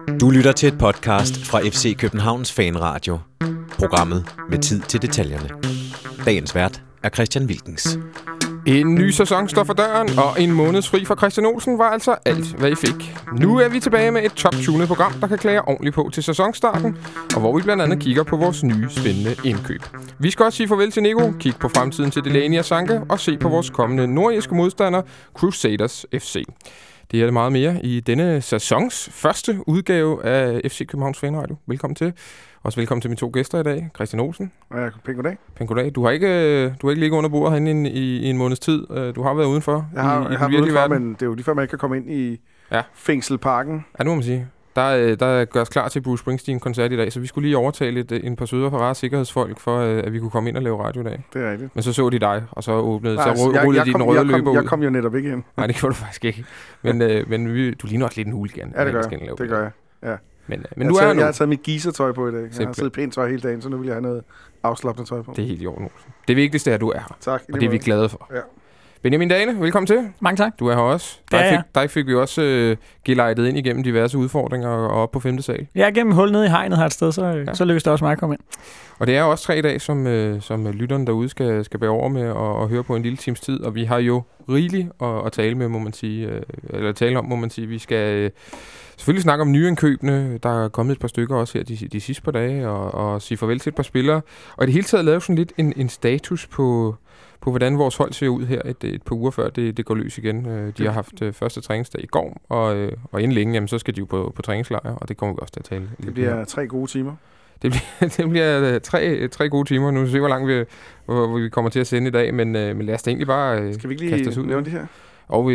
Du lytter til et podcast fra FC Københavns Fanradio. Programmet med tid til detaljerne. Dagens vært er Christian Wilkens. En ny sæson står for døren, og en måneds fri fra Christian Olsen var altså alt, hvad I fik. Nu er vi tilbage med et top-tunet program, der kan klæde ordentligt på til sæsonstarten, og hvor vi blandt andet kigger på vores nye, spændende indkøb. Vi skal også sige farvel til Nico, kigge på fremtiden til Delaney og Sanka, og se på vores kommende nordiske modstander, Crusaders FC. Det er det meget mere i denne sæsons første udgave af FC Københavns Fanradio. Velkommen til. Også velkommen til mine to gæster i dag. Christian Olsen. Ja, pænt goddag. Pænt goddag. Du har ikke ligget under bordet herinde i en måneds tid. Du har været udenfor. Jeg har været udenfor, men det er jo lige før, man ikke kan komme ind i fængselparken. Ja, nu må man sige. Der gøres klar til Bruce Springsteen-koncert i dag, så vi skulle lige overtale en par søde og rare sikkerhedsfolk for, at vi kunne komme ind og lave radio i dag. Det er rigtigt. Men så de dig, og så rullede de den røde løber ud. Jeg kom jo netop ikke ind. Nej, det gjorde du faktisk ikke. Men du ligner også lidt en huligan. Ja, det gør jeg. Ja. Men jeg har taget mit geesertøj på i dag. Jeg har siddet pænt tøj hele dagen, så nu vil jeg have noget afslappende tøj på. Det er helt i orden. Det vigtigste er, at du er her. Tak. Og det er vi glade for. Ja. Benjamin Dane, velkommen til. Mange tak. Du er her også. Dig fik vi også gelejtet ind igennem diverse udfordringer og op på 5. sal. Ja, gennem hul ned i hegnet her et sted, så lykkes det også mig at komme ind. Og det er også 3 dage, som lytterne derude skal bære over med og høre på en lille times tid. Og vi har jo rigeligt at tale med, må man sige. Eller tale om, må man sige. Vi skal selvfølgelig snakke om nyindkøbene. Der er kommet et par stykker også her de sidste par dage. Og sige farvel til et par spillere. Og i det hele taget lave sådan lidt en status på hvordan vores hold ser ud her et par uger før det går løs igen. De har haft første træningsdag i går, og inden længe, jamen, så skal de jo på træningslejr, og det kommer vi også til at tale. Det bliver 3 gode timer. Det bliver 3 gode timer. Nu ser vi, hvor langt vi kommer til at sende i dag, men lad os da egentlig bare skal vi ikke lige nævne det her? Og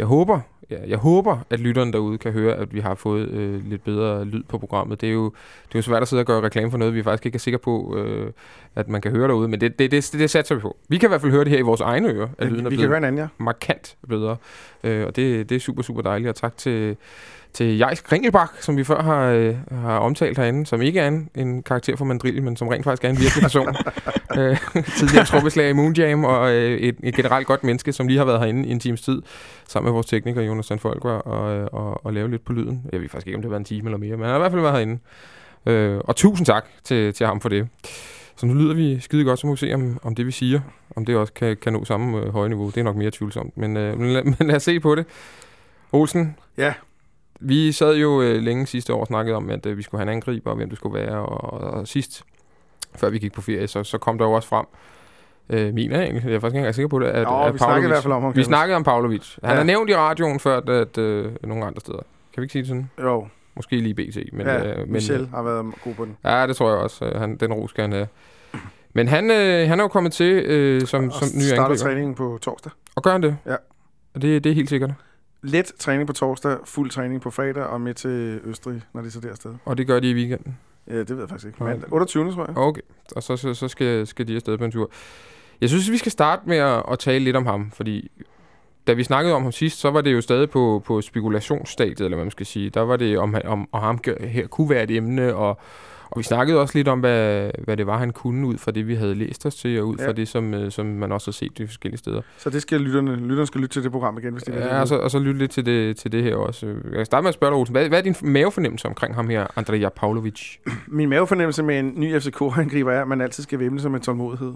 jeg håber, at lytterne derude kan høre, at vi har fået lidt bedre lyd på programmet. Det er jo svært at sidde og gøre reklame for noget, vi faktisk ikke er sikre på, at man kan høre derude. Men det satser vi på. Vi kan i hvert fald høre det her i vores egne ører, at lyden er blevet markant bedre. Og det er super, super dejligt. Og tak til Jais Kringelbach, som vi før har omtalt herinde, som ikke er en karakter for Mandrill, men som rent faktisk er en virkelig person. Tidligere trommeslager i Moonjam, og et generelt godt menneske, som lige har været herinde i en times tid, sammen med vores tekniker, Jonas Sandfolker, og lave lidt på lyden. Jeg ved faktisk ikke, om det har været en time eller mere, men han har i hvert fald været herinde. Og tusind tak til ham for det. Så nu lyder vi skide godt, så må vi se, om det vi siger, om det også kan nå samme høje niveau. Det er nok mere tvivlsomt, men lad os se på det. Olsen? Ja. Vi sad jo længe sidste år og snakkede om, at vi skulle have en angriber, og hvem det skulle være, og sidst, før vi gik på ferie, så kom der jo også frem, Mina egentlig, jeg er faktisk ikke engang sikker på det, at vi snakkede i hvert fald om ham. Vi snakkede om Pavlovic. Han er nævnt i radioen før, at nogle andre steder. Kan vi ikke sige det sådan? Jo. Måske lige BT. Men, Michel har været god på den. Ja, det tror jeg også. Den ro skal han have. Men han er jo kommet til som ny angriber. Starter træningen på torsdag. Og gør han det? Ja. Og det er helt sikkert? Let træning på torsdag, fuld træning på fredag og med til Østrig, når de så der afsted. Og det gør de i weekenden? Ja, det ved jeg faktisk ikke. Mandag. 28. tror jeg. Okay, og så skal de afsted på en tur. Jeg synes, vi skal starte med at tale lidt om ham, fordi da vi snakkede om ham sidst, så var det jo stadig på spekulationsstadiet, eller hvad man skal sige. Der var det, om ham her kunne være et emne, og vi snakkede også lidt om, hvad det var, han kunne ud fra det, vi havde læst os til, og ud fra det, som man også har set de forskellige steder. Så det skal lytterne skal lytte til det program igen, hvis de vil. Ja, og så lytte lidt til det her også. Jeg kan starte med at spørge dig, Olsen. Hvad er din mavefornemmelse omkring ham her, Andrija Pavlovic? Min mavefornemmelse med en ny FCK-angriber er, at man altid skal væbne sig med tålmodighed.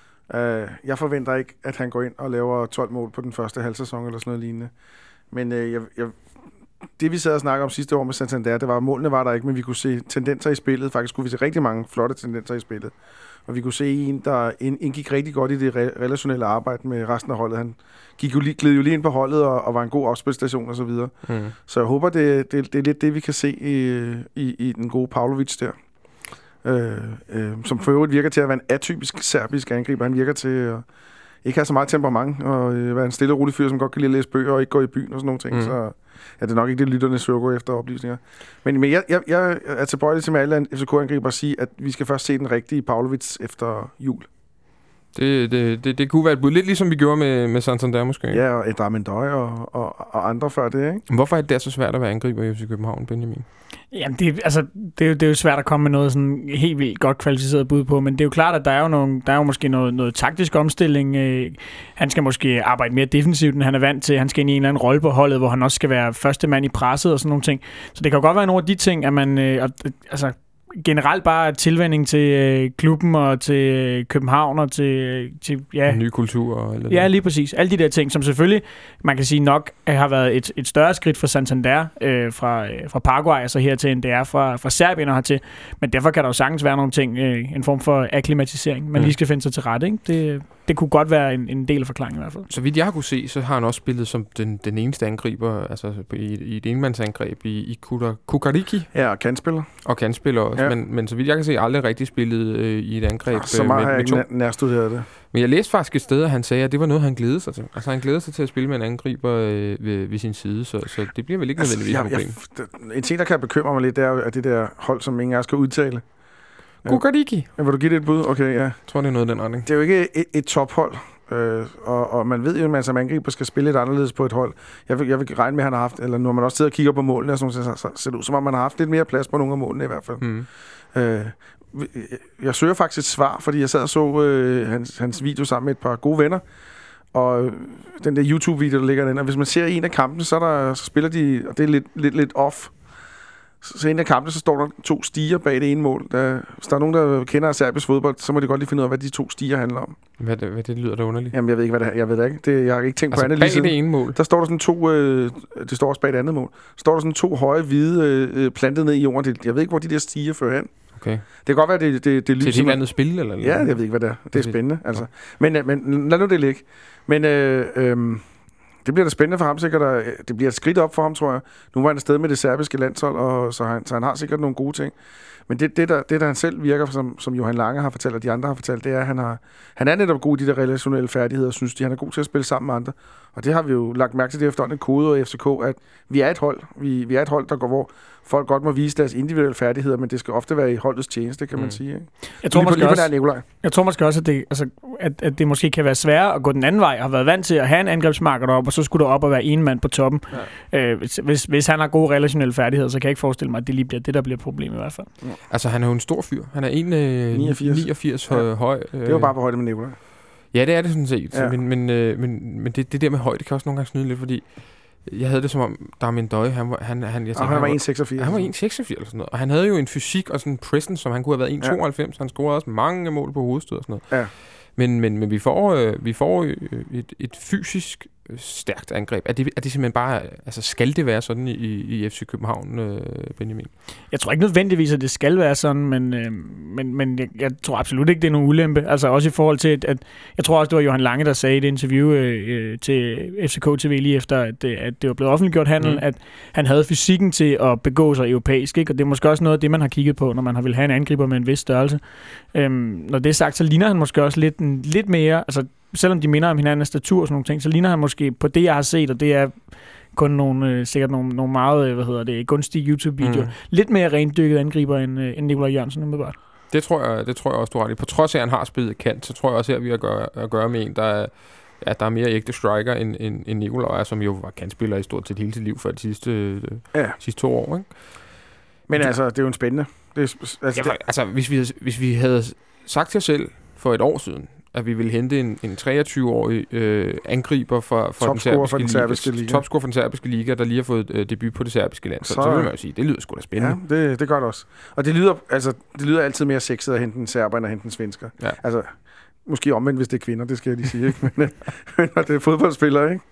Jeg forventer ikke, at han går ind og laver 12 mål på den første halvsæson eller sådan noget lignende. Men det vi sad og snakkede om sidste år med Santander, det var, at målene var der ikke, men vi kunne se tendenser i spillet. Faktisk kunne vi se rigtig mange flotte tendenser i spillet. Og vi kunne se en, der indgik rigtig godt i det relationelle arbejde med resten af holdet. Han gled jo lige ind på holdet og var en god opspilstation og så videre. Så jeg håber, det er lidt det, vi kan se i den gode Pavlovic der. Som for øvrigt virker til at være en atypisk serbisk angriber. Han virker til at ikke have så meget temperament og være en stille og rolig fyr, som godt kan lide at læse bøger og ikke gå i byen og sådan nogle ting. Så det er nok ikke det, lytterne søger gå efter oplysninger. Men jeg er tilbøjelig til med alle FCK-angriber at sige, at vi skal først se den rigtige Pavlovic efter jul. Det kunne være et bud. Lidt ligesom vi gjorde med Santander måske. Ja, og Edrammen Døj og andre før det, ikke? Hvorfor er det så svært at være angriber i FC København, Benjamin? Jamen, det er jo svært at komme med noget sådan helt vildt godt kvalificeret bud på, men det er jo klart, at der er jo måske noget taktisk omstilling. Han skal måske arbejde mere defensivt, end han er vant til. Han skal ind i en eller anden rolle på holdet, hvor han også skal være første mand i presset og sådan nogle ting. Så det kan jo godt være nogle af de ting, at man generelt bare tilvænning til klubben og til København og til en ny kultur og alt det. Ja, lige præcis. Alle de der ting, som selvfølgelig, man kan sige nok, har været et større skridt for Santander fra Paraguay, altså hertil, end det er fra Serbien og hertil. Men derfor kan der jo sagtens være nogle ting, en form for akklimatisering, man lige skal finde sig til rette, ikke? Det kunne godt være en del af forklaringen i hvert fald. Så vidt jeg har kunne se, så har han også spillet som den eneste angriber, altså i et enmandsangreb i Kukariki. Ja, og kantspiller. Og kantspiller også, ja. Men så vidt jeg kan se, aldrig rigtig spillet i et angreb. Så meget har jeg ikke nærstuderet det. Men jeg læste faktisk et sted, at han sagde, at det var noget, han glædede sig til. Altså han glædede sig til at spille med en angriber ved sin side, så det bliver vel ikke nødvendigvis et problem. En ting, der kan bekymre mig lidt, det er jo, at det der hold, som ingen af os skal udtale. Kukariki. Ja, vil du give det et bud? Okay, ja. Jeg tror, det er noget af den retning. Det er jo ikke et tophold, og man ved jo, at man som angriber skal spille lidt anderledes på et hold. Jeg vil regne med, at han har haft, eller når man også sidder og kigger på målene, så ser det ud, som om man har haft lidt mere plads på nogle af målene i hvert fald. Jeg søger faktisk et svar, fordi jeg sad og så hans video sammen med et par gode venner, og den der YouTube-video, der ligger den, og hvis man ser en af kampene, så spiller de, og det er lidt off. Så en af kampene, så står der 2 stiger bag det ene mål. Hvis der er nogen, der kender serbisk fodbold, så må de godt lige finde ud af, hvad de 2 stiger handler om. Hvad det lyder da underligt? Jamen, jeg ved ikke, hvad det er. Jeg ved det ikke. Jeg har ikke tænkt på andet. Bag det ene mål? Der står der sådan 2... det står også bag det andet mål. Der står der sådan 2 høje, hvide plantet ned i jorden. Jeg ved ikke, hvor de der stiger fører hen. Okay. Det kan godt være, det lyser... Til et helt andet spil, eller? Ja, jeg ved ikke, hvad det er. Det er spændende, altså. Men lad nu det ligge. Men... det bliver da spændende for ham sikkert. Det bliver et skridt op for ham, tror jeg. Nu var han afsted med det serbiske landshold, og så han har sikkert nogle gode ting. Men det der han selv virker, som Johan Lange har fortalt, og de andre har fortalt, det er, at han er netop god i de der relationelle færdigheder, synes de. Han er god til at spille sammen med andre. Og det har vi jo lagt mærke til det efterhånden en kode og FCK, at vi er et hold. Vi er et hold, der går, hvor folk godt må vise deres individuelle færdigheder, men det skal ofte være i holdets tjeneste, kan man sige. Ikke? Jeg tror måske også, at det måske kan være sværere at gå den anden vej. Jeg har været vant til at have en angrebsmarker deroppe, og så skulle du op og være en mand på toppen. Ja. Hvis han har gode relationelle færdigheder, så kan jeg ikke forestille mig, at det lige bliver det, der bliver et problem i hvert fald. Ja. Altså, han er jo en stor fyr. Han er 1,89 høj. Det er jo bare på højde med Nikolaj. Ja, det er det sådan set. Ja. Men det der med højde kan også nogle gange snyde lidt, fordi jeg havde det som om, Darmin Døje, han var 1,86. Han var 1,86. Han var 1,86 eller sådan noget. Og han havde jo en fysik og sådan en presence, som han kunne have været 1,92. Han scorede også mange mål på hovedstød og sådan noget. Ja. Men vi får et fysisk stærkt angreb. Er det simpelthen bare, altså skal det være sådan i FC København, Benjamin? Jeg tror ikke nødvendigvis, at det skal være sådan, men jeg tror absolut ikke, det er nogen ulempe. Altså også i forhold til, at jeg tror også, det var Johan Lange, der sagde i et interview til FCK TV lige efter, at det var blevet offentliggjort handel, at han havde fysikken til at begå sig europæisk, ikke? Og det er måske også noget af det, man har kigget på, når man har vil have en angriber med en vis størrelse. Når det er sagt, så ligner han måske også lidt mere, altså selvom de minder om hinandens statur og sådan nogle ting, så ligner han måske på det, jeg har set, og det er kun sikkert nogle meget, gunstige YouTube-videoer. Lidt mere rendykket angriber end Nikolaj Jørgensen umiddelbart. Det tror jeg også, du har ret i. På trods af, at han har spillet kant, så tror jeg også, at vi har at gøre med en, der er mere ægte striker end Nikolaj, som jo var kantspiller i stort set hele sit liv for de sidste 2 år. Ikke? Men altså, det er jo en spændende. Hvis vi havde sagt til os selv for et år siden, at vi ville hente en 23-årig angriber for den serbiske liga. Topscorer for den serbiske liga, der lige har fået debut på det serbiske land. Så vil man jo sige, det lyder sgu da spændende. Ja, det gør det også. Og det lyder altid mere sexet at hente en serber, end at hente en svensker. Ja. Altså, måske omvendt, hvis det er kvinder, det skal jeg lige sige, ikke? Men når det er fodboldspillere, ikke?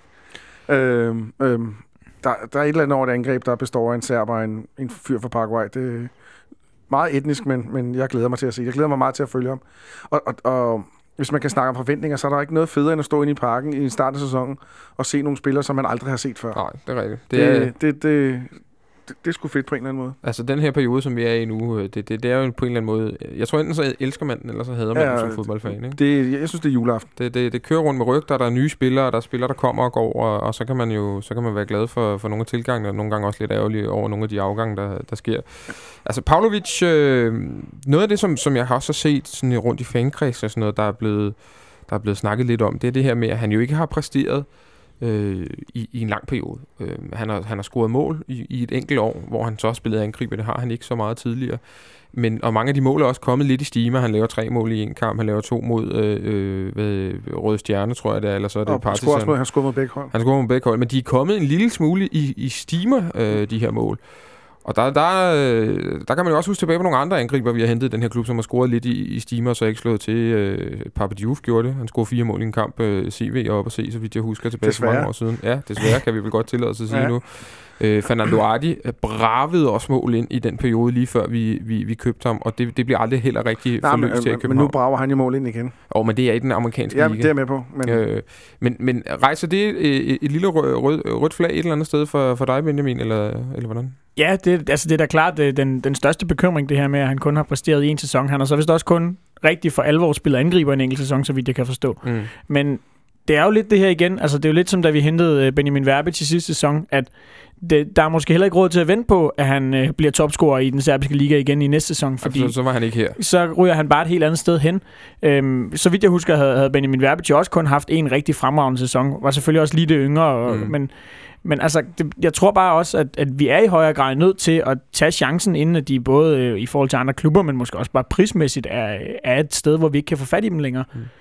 Der er et eller andet over det angreb, der består af en serber og en fyr fra Paraguay. Det er meget etnisk, men jeg glæder mig til at se. Jeg glæder mig meget til at følge ham. Og hvis man kan snakke om forventninger, så er der ikke noget federe end at stå inde i parken i starten af sæsonen og se nogle spillere, som man aldrig har set før. Nej, det er rigtigt. Det er sgu fedt på en eller anden måde. Altså den her periode, som vi er i nu, det er jo på en eller anden måde... Jeg tror enten så elsker man den, eller så hader man den som fodboldfan. Ikke? Jeg synes, det er juleaften. Det kører rundt med rygter, der er nye spillere, der er spillere, der kommer og går, og så kan man være glad for nogle af tilgangene, og nogle gange også lidt ærgerlig over nogle af de afgange, der sker. Altså Pavlovic, noget af det, som jeg har også set sådan rundt i fankreds og sådan noget, der er blevet er blevet snakket lidt om, det er det her med, at han jo ikke har præsteret i en lang periode. Han har scoret mål i et enkelt år, hvor han så har spillet angriber. Det har han ikke så meget tidligere. Og mange af de mål er også kommet lidt i stime. Han laver 3 mål i en kamp. Han laver 2 mod Røde Stjerne, tror jeg det er. Eller så er det Partizan. Han scorer mod begge hold. Han scorer mod begge hold. Men de er kommet en lille smule i stimer, de her mål. Og der kan man jo også huske tilbage på nogle andre angriber, vi har hentet i den her klub, som har scoret lidt i stimer, så ikke slået til. Papa Diouf gjorde det. Han scorede 4 mål i en kamp. CV og op og se, så vidt jeg husker tilbage for mange år siden. Ja, desværre kan vi vel godt tillade os at sige nu. Fernando Adi bravede også mål ind i den periode, lige før vi købte ham, og det bliver aldrig heller rigtig forløst til København. Men nu brager han jo mål ind igen. Men det er i den amerikanske liga. Ja, det er med på. Men rejser det et lille rødt flag et eller andet sted for dig, Benjamin, eller hvordan? Ja, det er da klart den største bekymring, det her med, at han kun har præsteret i en sæson. Han har så vist også kun rigtig for alvor spillet angriber i en enkelt sæson, så vidt jeg kan forstå. Men det er jo lidt det her igen. Altså, det er jo lidt som, da vi hentede Benjamin Verbic i sidste sæson, at der er måske heller ikke råd til at vente på, at han bliver topscorer i den serbiske liga igen i næste sæson, fordi så var han ikke her. Så ryger han bare et helt andet sted hen. Så vidt jeg husker, havde Benjamin Verbic også kun haft en rigtig fremragende sæson. Var selvfølgelig også lidt yngre, men altså, jeg tror bare også, at vi er i højere grad nødt til at tage chancen, inden at de både i forhold til andre klubber, men måske også bare prismæssigt er et sted, hvor vi ikke kan få fat i dem længere.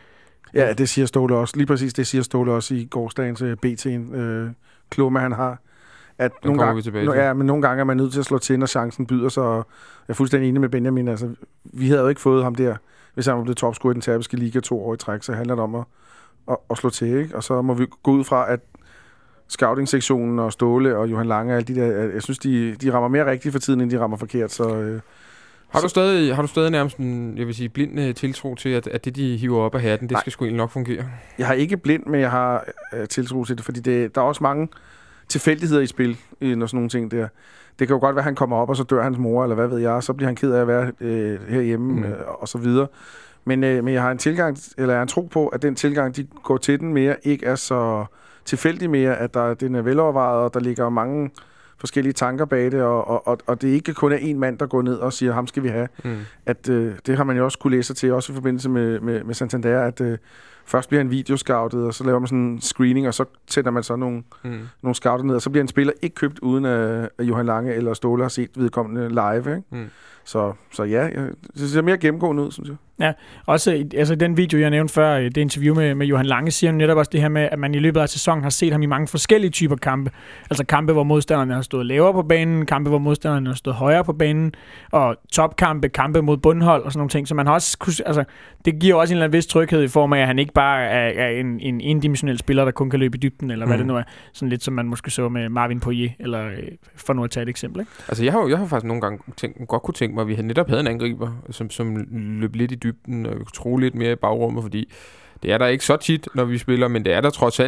Ja, det siger Ståle også. Lige præcis det siger Ståle også i gårsdagens BT'en. Klumme, han har. At nogle gange er man nødt til at slå til, når chancen byder sig. Og jeg er fuldstændig enig med Benjamin. Altså, vi havde jo ikke fået ham der, hvis han var blevet topscorer i den serbiske liga 2 år i træk, så handler det om at slå til, ikke? Og så må vi gå ud fra, at scouting-sektionen og Ståle og Johan Lange, alle de der, jeg synes, de rammer mere rigtigt for tiden, end de rammer forkert. Så, har du stadig nærmest en, jeg vil sige, blind tiltro til, at det, de hiver op af hatten, det skal sgu egentlig nok fungere? Jeg har ikke blind, men jeg har tiltro til det, fordi der er også mange tilfældigheder i spil, når sådan nogle ting der. Det kan jo godt være, at han kommer op, og så dør hans mor, eller hvad ved jeg, så bliver han ked af at være herhjemme, og så videre. Men jeg har en tro på, at den tilgang, de går til den mere, ikke er så tilfældig mere, at den er velovervejet, og der ligger mange forskellige tanker bag det, og det ikke kun er en mand, der går ned og siger, ham skal vi have. At det har man jo også kunne læse til, også i forbindelse med Santander, at først bliver en videoscoutet, og så laver man sådan en screening, og så sætter man så nogle scouter ned, og så bliver en spiller ikke købt, uden at Johan Lange eller Ståle har set vedkommende live. Ikke? Så ja, det ser mere gennemgående ud, synes jeg. Ja, også altså den video, jeg nævnte før, det interview med Johan Lange, siger netop også det her med, at man i løbet af sæsonen har set ham i mange forskellige typer kampe. Altså kampe, hvor modstanderne har stået lavere på banen, kampe, hvor modstanderne har stået højere på banen, og topkampe, kampe mod bundhold og sådan nogle ting. Så man har også, altså, det giver også en eller anden vis tryghed i form af, at han ikke bare er en endimensionel spiller, der kun kan løbe i dybden, eller hvad det nu er. Sådan lidt som man måske så med Marvin Poirier, eller for nu at tage et eksempel. Ikke? Altså jeg har faktisk nogle gange godt kunne tænke mig, at vi netop havde en angriber, som løb lidt i dybden og kunne tro lidt mere i bagrummet, fordi det er der ikke så tit, når vi spiller, men det er der trods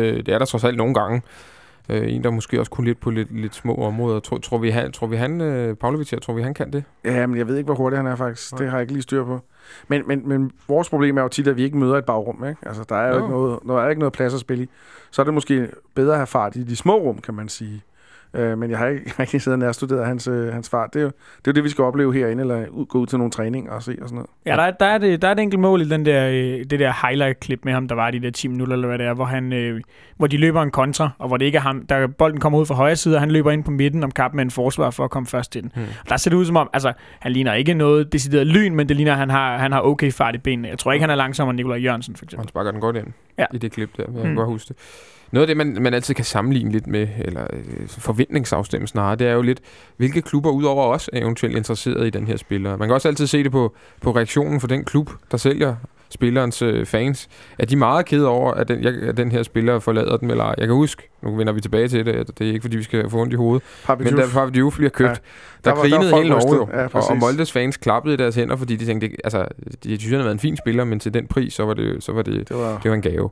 alt nogle gange. En, der måske også kunne lidt på lidt små områder. Tror vi han kan det? Ja, men jeg ved ikke, hvor hurtigt han er faktisk. Ja. Det har jeg ikke lige styr på. Men vores problem er jo tit, at vi ikke møder et bagrum. Ikke? Altså, der er jo ikke noget plads at spille i. Så er det måske bedre at have fart i de små rum, kan man sige. Men jeg har ikke rigtig siddet og nærstuderet hans fart. Det er jo det, vi skal opleve herinde, eller gå ud til nogle træninger og se og sådan noget. Ja, der er et enkelt mål i det der highlight-klip med ham, der var de der 10 minutter, eller hvad det er, hvor de løber en kontra, og hvor det ikke er ham, der bolden kommer ud fra højre side, og han løber ind på midten om kampen med en forsvar for at komme først til den. Og der ser det ud som om, altså, han ligner ikke noget decideret lyn, men det ligner, at han har okay fart i benene. Jeg tror ikke, han er langsommere end Nikolaj Jørgensen, for eksempel. Han sparker den godt ind i det klip der, jeg kan godt huske det. Noget af det, man altid kan sammenligne lidt med, eller forventningsafstemme snarere, det er jo lidt, hvilke klubber udover os er eventuelt interesseret i den her spiller. Man kan også altid se det på reaktionen fra den klub, der sælger spillerens fans. Er de meget kede over, at den her spiller forlader den, eller jeg kan huske, nu vender vi tilbage til det, det er ikke fordi, vi skal få ondt i hovedet, men da Pape Diouf bliver købt, der grinede hele Norge jo, og Moldes fans klappede i deres hænder, fordi de tænkte, altså, de synes, han havde været en fin spiller, men til den pris, så var det var en gave.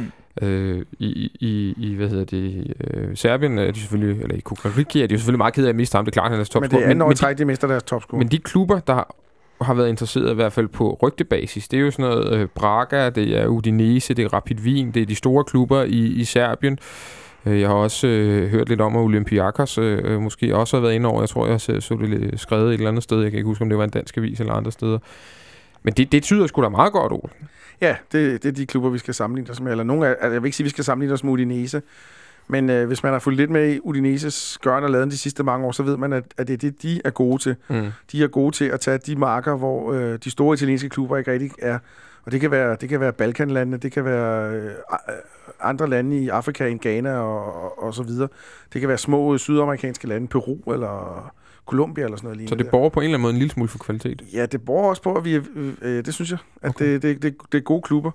I hvad hedder det, Serbien er de selvfølgelig, eller i Kukariki er de selvfølgelig meget ked af at miste ham, det er klart, han er topscorer. Men det er andet træk, de mister deres topscorer. Men de klubber, der har været interesseret i hvert fald på rygtebasis, det er jo sådan noget Braga, det er Udinese, det er Rapid Wien, det er de store klubber i Serbien. Jeg har også hørt lidt om, at Olympiakos måske også har været inde over. Jeg tror, jeg så det skrevet et eller andet sted. Jeg kan ikke huske, om det var en dansk avis eller andre steder. Men det tyder sgu da meget godt, Ole. Ja, det er de klubber, vi skal sammenligne os med. Eller nogle af, jeg vil ikke sige, at vi skal sammenligne os med Udinese. Men hvis man har fulgt lidt med i Udineses gøren og laden de sidste mange år, så ved man, at det er det, de er gode til. De er gode til at tage de marker, hvor de store italienske klubber ikke rigtig er. Og det kan være Balkanlandene, det kan være andre lande i Afrika, i Ghana og så videre. Det kan være små sydamerikanske lande, Peru eller Colombia eller sådan noget lignende. Så det borger på en eller anden måde en lille smule for kvalitet? Ja, det borger også på, at det synes jeg, at okay. det er gode klubber.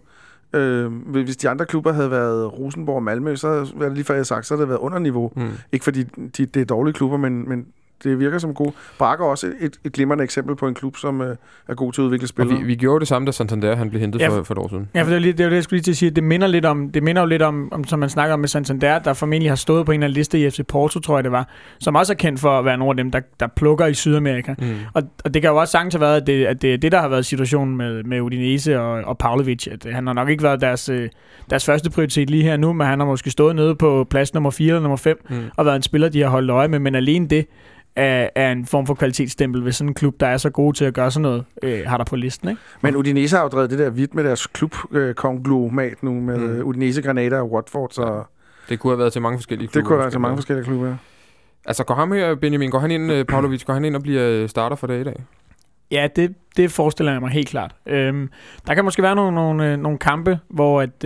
Hvis de andre klubber havde været Rosenborg og Malmø, så var det lige før jeg sagt, så havde det været under niveau. Ikke fordi det er dårlige klubber, men det virker som gode. Braga er også et glimrende eksempel på en klub, som er god til at udvikle spillere. Og vi gjorde det samme, da Santander han blev hentet for et år siden. Ja, for det er det, jeg skulle lige til at sige. Det minder jo lidt om, som man snakker om med Santander, der formentlig har stået på en eller anden liste i FC Porto, tror jeg det var, som også er kendt for at være nogle af dem, der plukker i Sydamerika. Og det kan jo også sagtens have været, at det er det, der har været situationen med Udinese og Pavlovic. At han har nok ikke været deres første prioritet lige her nu, men han har måske stået nede på plads nummer 4 eller nummer 5, og været en spiller, de har holdt øje med, men alene det er en form for kvalitetsstempel ved sådan en klub, der er så god til at gøre sådan noget, har der på listen, ikke? Men Udinese har jo drevet det der vidt med deres klubkonglomat nu, med Udinese, Granada og Watford, så... Ja. Det kunne have været til mange forskellige klubber. Det kunne have været til mange forskellige klubber, ja. Altså, går ham her, Benjamin, Pavlovic, går han ind og bliver starter for det i dag? Ja, det forestiller jeg mig helt klart. Der kan måske være nogle kampe, hvor at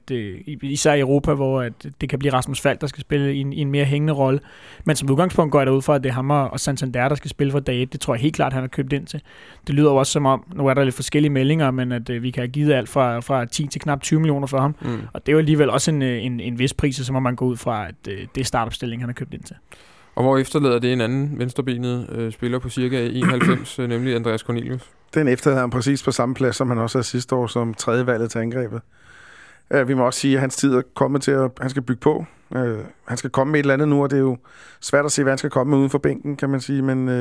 især i Europa, hvor at det kan blive Rasmus Falk, der skal spille i en mere hængende rolle. Men som udgangspunkt går jeg derud fra, at det er ham og Santander, der skal spille for dag 1. Det tror jeg helt klart, han har købt ind til. Det lyder også som om, nu er der lidt forskellige meldinger, men at vi kan have givet alt fra 10 til knap 20 millioner for ham. Og det er jo alligevel også en vis pris, så må man gå ud fra, at det er startopstillingen, han har købt ind til. Og hvor efterlader det en anden venstrebenet spiller på cirka 91, nemlig Andreas Cornelius? Den efterlader han præcis på samme plads, som han også havde sidste år som tredje valget til angrebet. Vi må også sige, at hans tid er kommet til, at han skal bygge på. Han skal komme med et eller andet nu, og det er jo svært at se, hvad han skal komme med uden for bænken, kan man sige. Men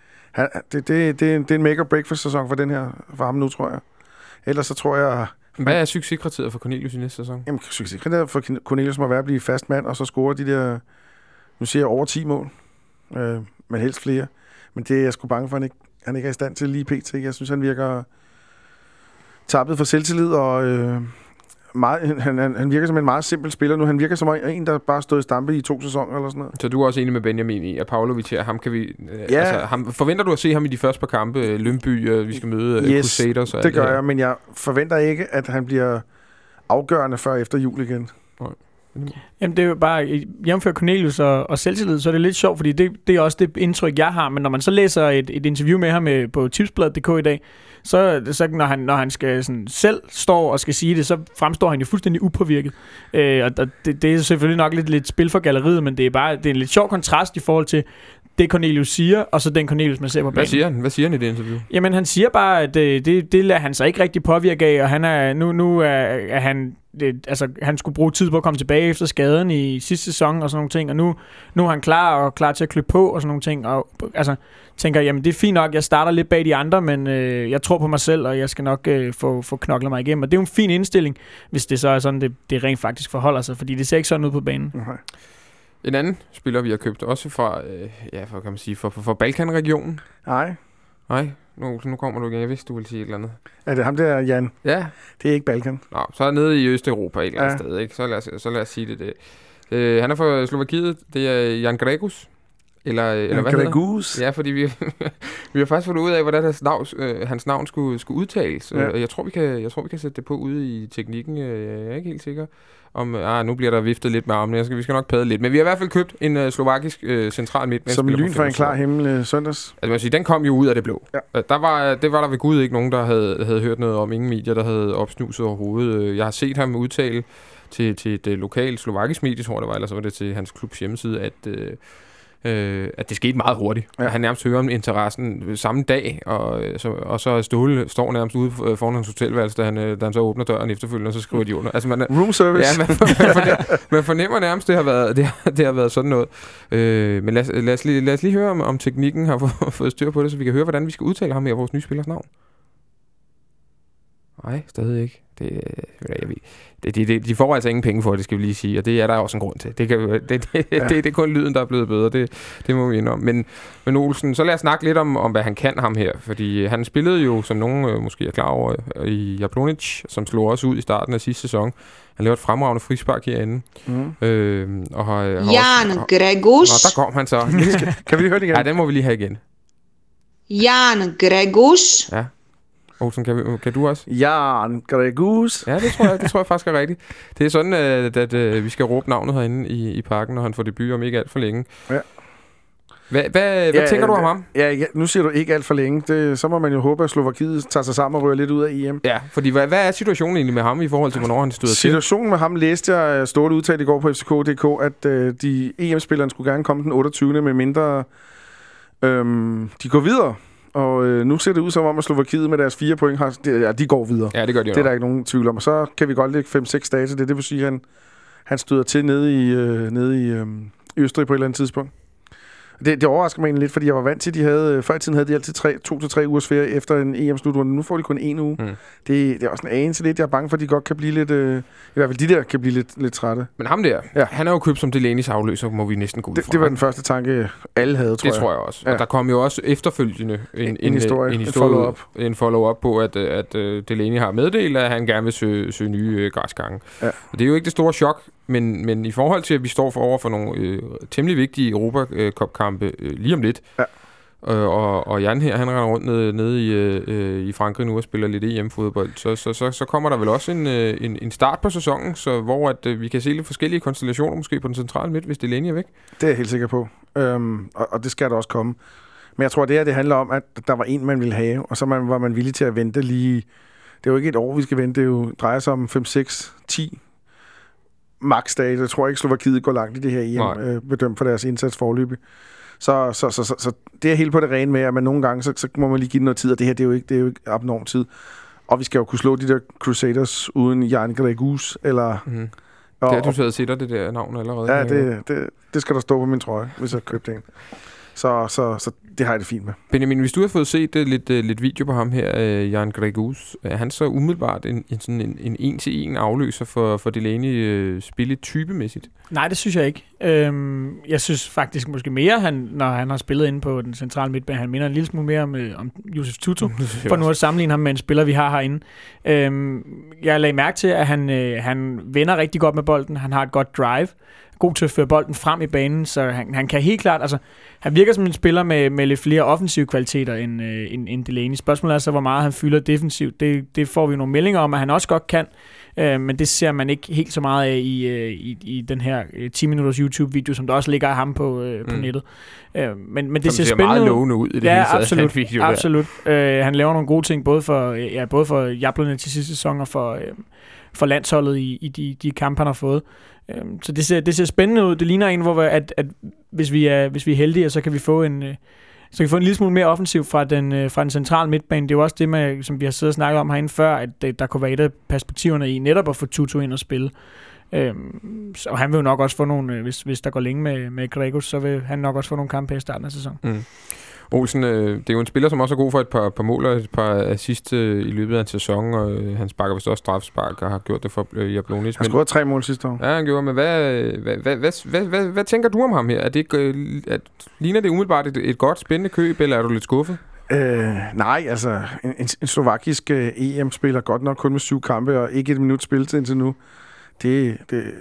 det er en make-or-break-sæson for ham nu, tror jeg. Ellers så tror jeg... Hvad er succeskriteriet for Cornelius i næste sæson? Jamen, succeskriteriet for Cornelius må være at blive fast mand, og så score de der... Nu siger jeg over 10 mål, men helst flere. Men det er jeg sgu bange for, han ikke er i stand til lige pt. Jeg synes, han virker tappet for selvtillid, og han virker som en meget simpel spiller nu. Han virker som en, der bare stod i stampe i 2 sæsoner eller sådan noget. Så du er også enig med Benjamin i, at Pavlovic her, ham kan vi... forventer du at se ham i de første par kampe? Lyngby, vi skal møde Crusaders? Det gør jeg, men jeg forventer ikke, at han bliver afgørende før efter jul igen. Jamen det er jo bare, jævnfør Cornelius og selvtillid, så er det lidt sjovt, fordi det er også det indtryk, jeg har, men når man så læser et interview med ham på tipsbladet.dk i dag, så når han skal sådan, selv står og skal sige det, så fremstår han jo fuldstændig upåvirket. Og det er selvfølgelig nok lidt spil for galleriet, men det er en lidt sjov kontrast i forhold til det Cornelius siger, og så den Cornelius, man ser på banen. Hvad siger han i det interview? Jamen han siger bare, at det lader han sig ikke rigtig påvirke af, og han er han... han skulle bruge tid på at komme tilbage efter skaden i sidste sæson og sådan nogle ting, og nu er han klar til at klø på og sådan nogle ting, og altså tænker, jamen det er fint nok, jeg starter lidt bag de andre, men jeg tror på mig selv, og jeg skal nok få knoklet mig igennem, og det er jo en fin indstilling, hvis det så er sådan, det rent faktisk forholder sig, fordi det ser ikke sådan ud på banen. Okay. En anden spiller, vi har købt, også fra, kan man sige, fra Balkanregionen. Nej, nu kommer du igen. Jeg vidste, du ville sige et eller andet. Er det ham der, Jan? Ja. Det er ikke Balkan. Nå, så er nede i Østeuropa et eller andet sted, ikke? Så lad os sige det. Han er fra Slovakiet. Det er Jan Gregus. Eller hvad Gregus? Ja, fordi vi har faktisk fundet ud af, hvordan hans navn skulle udtales. Ja. Jeg tror, vi kan sætte det på ude i teknikken. Jeg er ikke helt sikker. Nu bliver der viftet lidt med armene. Vi skal nok padle lidt. Men vi har i hvert fald købt en slovakisk central midtbanespiller. Som lyn for en klar himmel søndags. Altså, man sige, den kom jo ud af det blå. Ja. Det var der ved Gud ikke nogen, der havde hørt noget om. Ingen medier, der havde opsnuset overhovedet. Jeg har set ham udtale til et lokalt slovakisk medie, tror jeg det var, eller så var det til hans klubs hjemmeside, at det skete meget hurtigt. Ja. Han nærmest hører om interessen samme dag, og så Ståle står nærmest ude foran hans hotelværelse, da han så åbner døren efterfølgende, og så skriver de under. Altså room service. Ja, man fornemmer nærmest, det har været sådan noget. Men lad os lige høre, om teknikken har fået styr på det, så vi kan høre, hvordan vi skal udtale ham her, vores nye spillers navn. Nej, stadig ikke. De får altså ingen penge for det, skal vi lige sige, og det er der også en grund til. Det er kun lyden, der er blevet bedre, det må vi indrømme. Men Olsen, så lad os snakke lidt om, hvad han kan ham her, fordi han spillede jo, som nogen måske er klar over, i Jablonec, som slog også ud i starten af sidste sæson. Han lavede et fremragende frispark herinde. Jan Gregus. Nå, der kom han så. Kan vi høre det igen? Ja, den må vi lige have igen. Jan Gregus. Ja. Olsen, kan du også? Jan Gregus. Ja, det tror jeg faktisk er rigtigt. Det er sådan, at vi skal råbe navnet herinde i parken, når han får debut om ikke alt for længe. Ja. Hvad tænker du om ham? Ja, nu siger du ikke alt for længe. Så må man jo håbe, at Slovakiet tager sig sammen og rører lidt ud af EM. Ja, fordi hvad er situationen egentlig med ham i forhold til, hvornår han stod til? Situationen med ham læste jeg stort udtalt i går på FCK.dk, at de EM-spillerne skulle gerne komme den 28. med mindre de går videre. Og nu ser det ud som om, at Slovakiet med deres 4 point de går videre. Ja, det gør de jo. Det er der ikke nogen tvivl om. Og så kan vi godt lægge 5-6 dage til det. Det vil sige, at han støder til nede i Østrig på et eller andet tidspunkt. Det overrasker mig egentlig lidt, fordi jeg var vant til, før i tiden havde de altid 2 til 3 ugers ferie efter en EM-slutrunde. Nu får de kun 1 uge. Det er også en anelse lidt. Jeg er bange for, at de godt kan blive lidt... I hvert fald de der kan blive lidt trætte. Men ham der, han er jo købt som Delaney's afløser, må vi næsten gå ud fra. Det var den første tanke, alle havde, tror jeg. Det tror jeg også. Ja. Og der kom jo også efterfølgende en follow-up på, at Delaney har meddelt, at han gerne vil søge nye græsgange. Ja. Og det er jo ikke det store chok, men i forhold til, at vi står over for nogle temmelig vigtige Europa-Cup-kampe lige om lidt, og Jan her, han render rundt nede i Frankrig nu og spiller lidt EM-fodbold, så kommer der vel også en start på sæsonen, hvor at vi kan se lidt forskellige konstellationer måske på den centrale midt, hvis Delaney er væk. Det er jeg helt sikker på, og det skal der også komme. Men jeg tror, det handler om, at der var en, man ville have, og så var man villig til at vente lige... Det er jo ikke et år, vi skal vente, det drejer sig om 5, 6, 10 maksdage. Jeg tror ikke, Slovakiet går langt i det her EM, bedømt for deres indsats forløbig. Så det er helt på det rene med, at man nogle gange, så må man lige give den noget tid, og det her, det er jo ikke abnorm tid. Og vi skal jo kunne slå de der Crusaders uden Jan Gregus, eller... Det har du taget til dig, det der navn allerede. Ja, det skal der stå på min trøje, hvis jeg købte en. Så det har jeg det fint med. Benjamin, hvis du har fået set lidt video på ham her, Jan Gregus, er han så umiddelbart en 1-til-1 afløser for Delaney spillet typemæssigt? Nej, det synes jeg ikke. Jeg synes faktisk måske mere, når han har spillet inde på den centrale midtbane, han minder en lille smule mere om Josef Tutu, for nu at sammenligne ham med en spiller, vi har herinde. Jeg lagde mærke til, at han vender rigtig godt med bolden, han har et godt drive, god til at føre bolden frem i banen, så han kan helt klart, altså han virker som en spiller med lidt flere offensive kvaliteter end Delaney. Spørgsmålet er så, hvor meget han fylder defensivt. Det får vi nogle meldinger om, at han også godt kan, men det ser man ikke helt så meget af i den her 10-minutters YouTube-video, som der også ligger af ham på nettet. Men det ser spændende meget lovende ud i det hele taget. Video absolut. Han laver nogle gode ting, både for Jablonec til sidste sæson og for landsholdet i de kampe, han har fået. Så det ser spændende ud. Det ligner en, hvor at hvis vi er heldige, så kan vi få en lille smule mere offensiv fra den centrale midtbane. Det er jo også det, med, som vi har siddet og snakket om herinde før, at der kunne være et af perspektiverne i netop at få Tutu ind og spille. Og han vil jo nok også få nogle, hvis der går længe med Gregus, så vil han nok også få nogle kampe i starten af sæsonen. Olsen, det er jo en spiller, som også er god for et par mål og et par assist i løbet af en sæson, og han sparker vist også straffespark og har gjort det for Jablonec. Han scorede 3 mål sidste år. Ja, han gjorde, men hvad tænker du om ham her? Ligner det umiddelbart et godt, spændende køb, eller er du lidt skuffet? Nej, altså en slovakisk EM-spiller, godt nok kun med 7 kampe og ikke et minut spilletid indtil nu. Det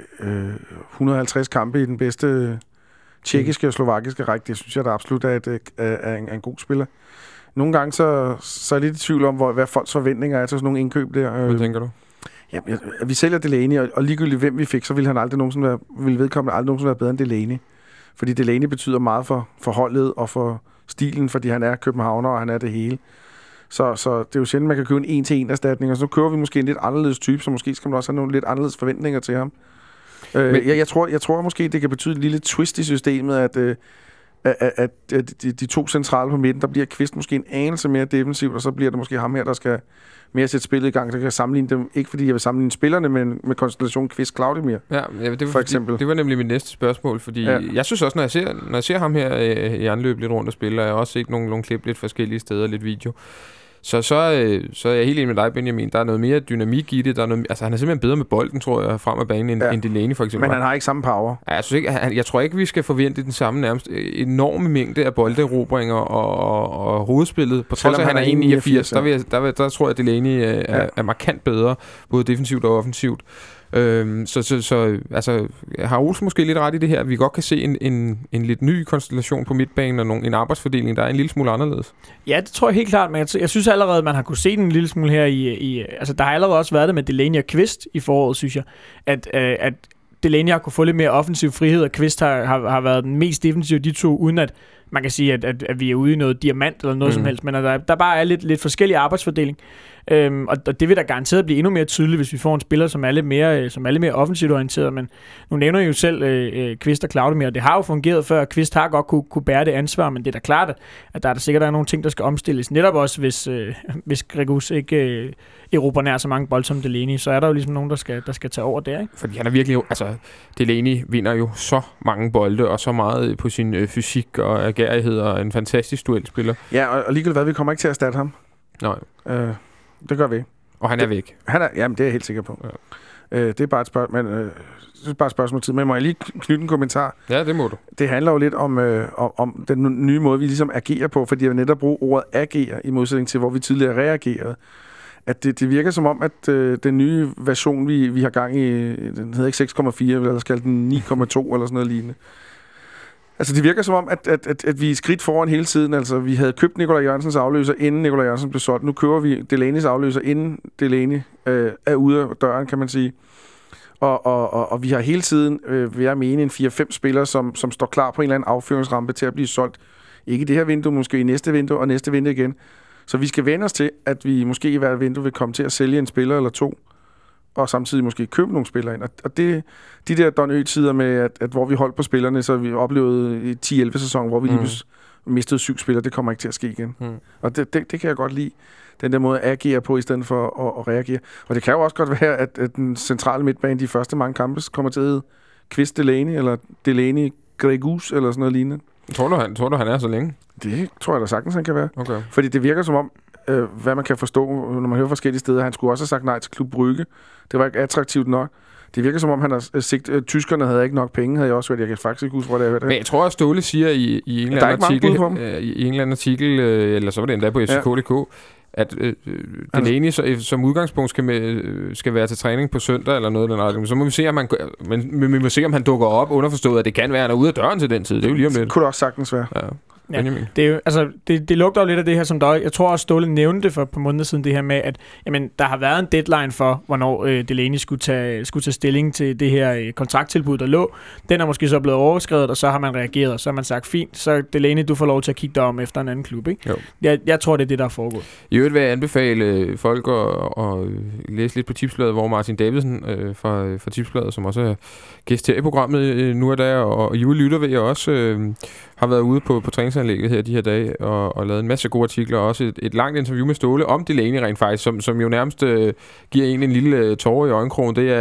150 kampe i den bedste tjekkiske og slovakiske række, det synes jeg, der absolut er en god spiller. Nogle gange så er jeg lidt i tvivl om, hvad folks forventninger er til sådan nogle indkøb der. Hvad tænker du? Ja, vi sælger Delaney, og ligegyldigt hvem vi fik, så ville vedkommende aldrig nogensinde være bedre end Delaney. Fordi Delaney betyder meget for holdet og for stilen, fordi han er københavner, og han er det hele. Så det er jo sjældent, man kan købe en 1-til-1 erstatning, og så køber vi måske en lidt anderledes type, så måske skal man også have nogle lidt anderledes forventninger til ham. Jeg tror måske, det kan betyde et lille twist i systemet, at de 2 centrale på midten, der bliver Kvist måske en anelse mere defensivt, og så bliver det måske ham her, der skal mere sætte spillet i gang. Så kan jeg sammenligne dem, ikke fordi jeg vil sammenligne spillerne, men med konstellationen Kvist-Claudemir. Ja, det var, for eksempel. Det var nemlig mit næste spørgsmål, fordi jeg synes også, når jeg ser ham her i anløb lidt rundt og spiller, jeg har også set nogle klip lidt forskellige steder, lidt video, Så er jeg helt enig med dig, Benjamin. Der er noget mere dynamik i det. Han er simpelthen bedre med bolden, tror jeg, frem ad banen, end Delaney for eksempel. Men han har ikke samme power. Ja, jeg tror ikke, vi skal forvente den samme nærmest enorme mængde af bolderobringer og hovedspillet. På trods af, at han er 1,89. Der tror jeg, at Delaney er markant bedre, både defensivt og offensivt. Så har Olsen måske lidt ret i det her, at vi godt kan se en lidt ny konstellation på midtbanen og en arbejdsfordeling, der er en lille smule anderledes. Ja, det tror jeg helt klart, men jeg synes allerede, man har kunne se den en lille smule her altså der har allerede også været det med Delaney og Kvist i foråret, synes jeg, at Delaney har kunne få lidt mere offensiv frihed, og Kvist har været den mest defensive de to, uden at man kan sige, at vi er ude i noget diamant eller noget som helst, men at der bare er lidt forskellig arbejdsfordeling. Og det vil da garanteret blive endnu mere tydeligt, hvis vi får en spiller, som er lidt mere offensivt orienteret. Men nu nævner jeg jo selv Kvist og Claudemir, og det har jo fungeret før. Kvist har godt kunne bære det ansvar, men det er da klart, at der er sikkert nogle ting, der skal omstilles. Netop også, hvis Gregus ikke erobrer nær så mange bold som Delaney, så er der jo ligesom nogen, der skal tage over der, ikke? Fordi han er virkelig Delaney vinder jo så mange bolde, og så meget på sin fysik og agerighed, og en fantastisk duelspiller. Ja, og alligevel hvad, vi kommer ikke til at erstatte ham. Nej. Det gør vi ikke. Og han er væk. Jamen, det er jeg helt sikker på. Ja. Det er bare et spørgsmål, men spørgsmål tid. Men må jeg lige knytte en kommentar? Ja, det må du. Det handler jo lidt om den nye måde, vi ligesom agerer på, fordi jeg vil netop bruge ordet agere, i modsætning til, hvor vi tidligere reagerede. At det virker som om, at den nye version, vi har gang i, den hedder ikke 6,4, eller skal den 9,2 eller sådan noget lignende. Altså, det virker som om, at vi er skridt foran hele tiden. Altså, vi havde købt Nikolaj Jørgensens afløser, inden Nikolaj Jørgensen blev solgt. Nu køber vi Delaneys afløser, inden Delaney er ude af døren, kan man sige. Og vi har hele tiden, vil jeg mene, en 4-5 spillere, som står klar på en eller anden afføringsrampe til at blive solgt. Ikke i det her vindue, måske i næste vindue og næste vindue igen. Så vi skal vende os til, at vi måske i hvert vindue vil komme til at sælge en spiller eller to, og samtidig måske købe nogle spillere ind. Og det, de der Don Ø-tider med, at hvor vi holdt på spillerne, så vi oplevede i 10-11 sæson, hvor vi lige mistede 7 spillere, det kommer ikke til at ske igen. Og det kan jeg godt lide, den der måde at agere på, i stedet for at reagere. Og det kan jo også godt være, at den centrale midtbane, de første mange kampe, kommer til at hedde Kvist Delaney, eller Delaney Gregus, eller sådan noget lignende. Tror du, han er så længe? Det tror jeg da sagtens, han kan være. Okay. Fordi det virker som om, hvad man kan forstå, når man hører forskellige steder, han skulle også have sagt nej til Klub Brygge. Det var ikke attraktivt nok. Det virker som om, han har sigt. Tyskerne havde ikke nok penge, havde jeg også hørt. Jeg kan faktisk ikke huske, hvor det er hørt. Men jeg tror, at Ståle siger i en eller anden artikel, eller så var det endda på FCK.dk, at Delaney som udgangspunkt skal være til træning på søndag eller noget eller noget. Så må vi se, vi må se, om han dukker op, underforstået, at det kan være, at han er ude af døren til den tid. Det er jo lige om lidt. Det kunne det også sagtens være. Ja. Ja, det er jo, altså, det lugter jo lidt af det her, som der, jeg tror også Ståle nævnte det for et par måneder siden, det her med, at jamen, der har været en deadline for, hvornår Delaney skulle tage stilling til det her kontrakttilbud, der lå. Den er måske så blevet overskrevet, og så har man reageret, og så har man sagt, fint, så Delaney, du får lov til at kigge dig om efter en anden klub, ikke? Jeg tror, det er det, der er foregået. I øvrigt vil jeg anbefale folk at læse lidt på Tipsbladet, hvor Martin Davidsen fra Tipsbladet, som også er gæst her i programmet nu og da, og Jule Lytter ved jeg også har været ude på træningsanlægget her de her dage og lavet en masse gode artikler, og også et langt interview med Ståle om Delaney rent faktisk, som jo nærmest giver en lille tårer i øjenkrogen. Det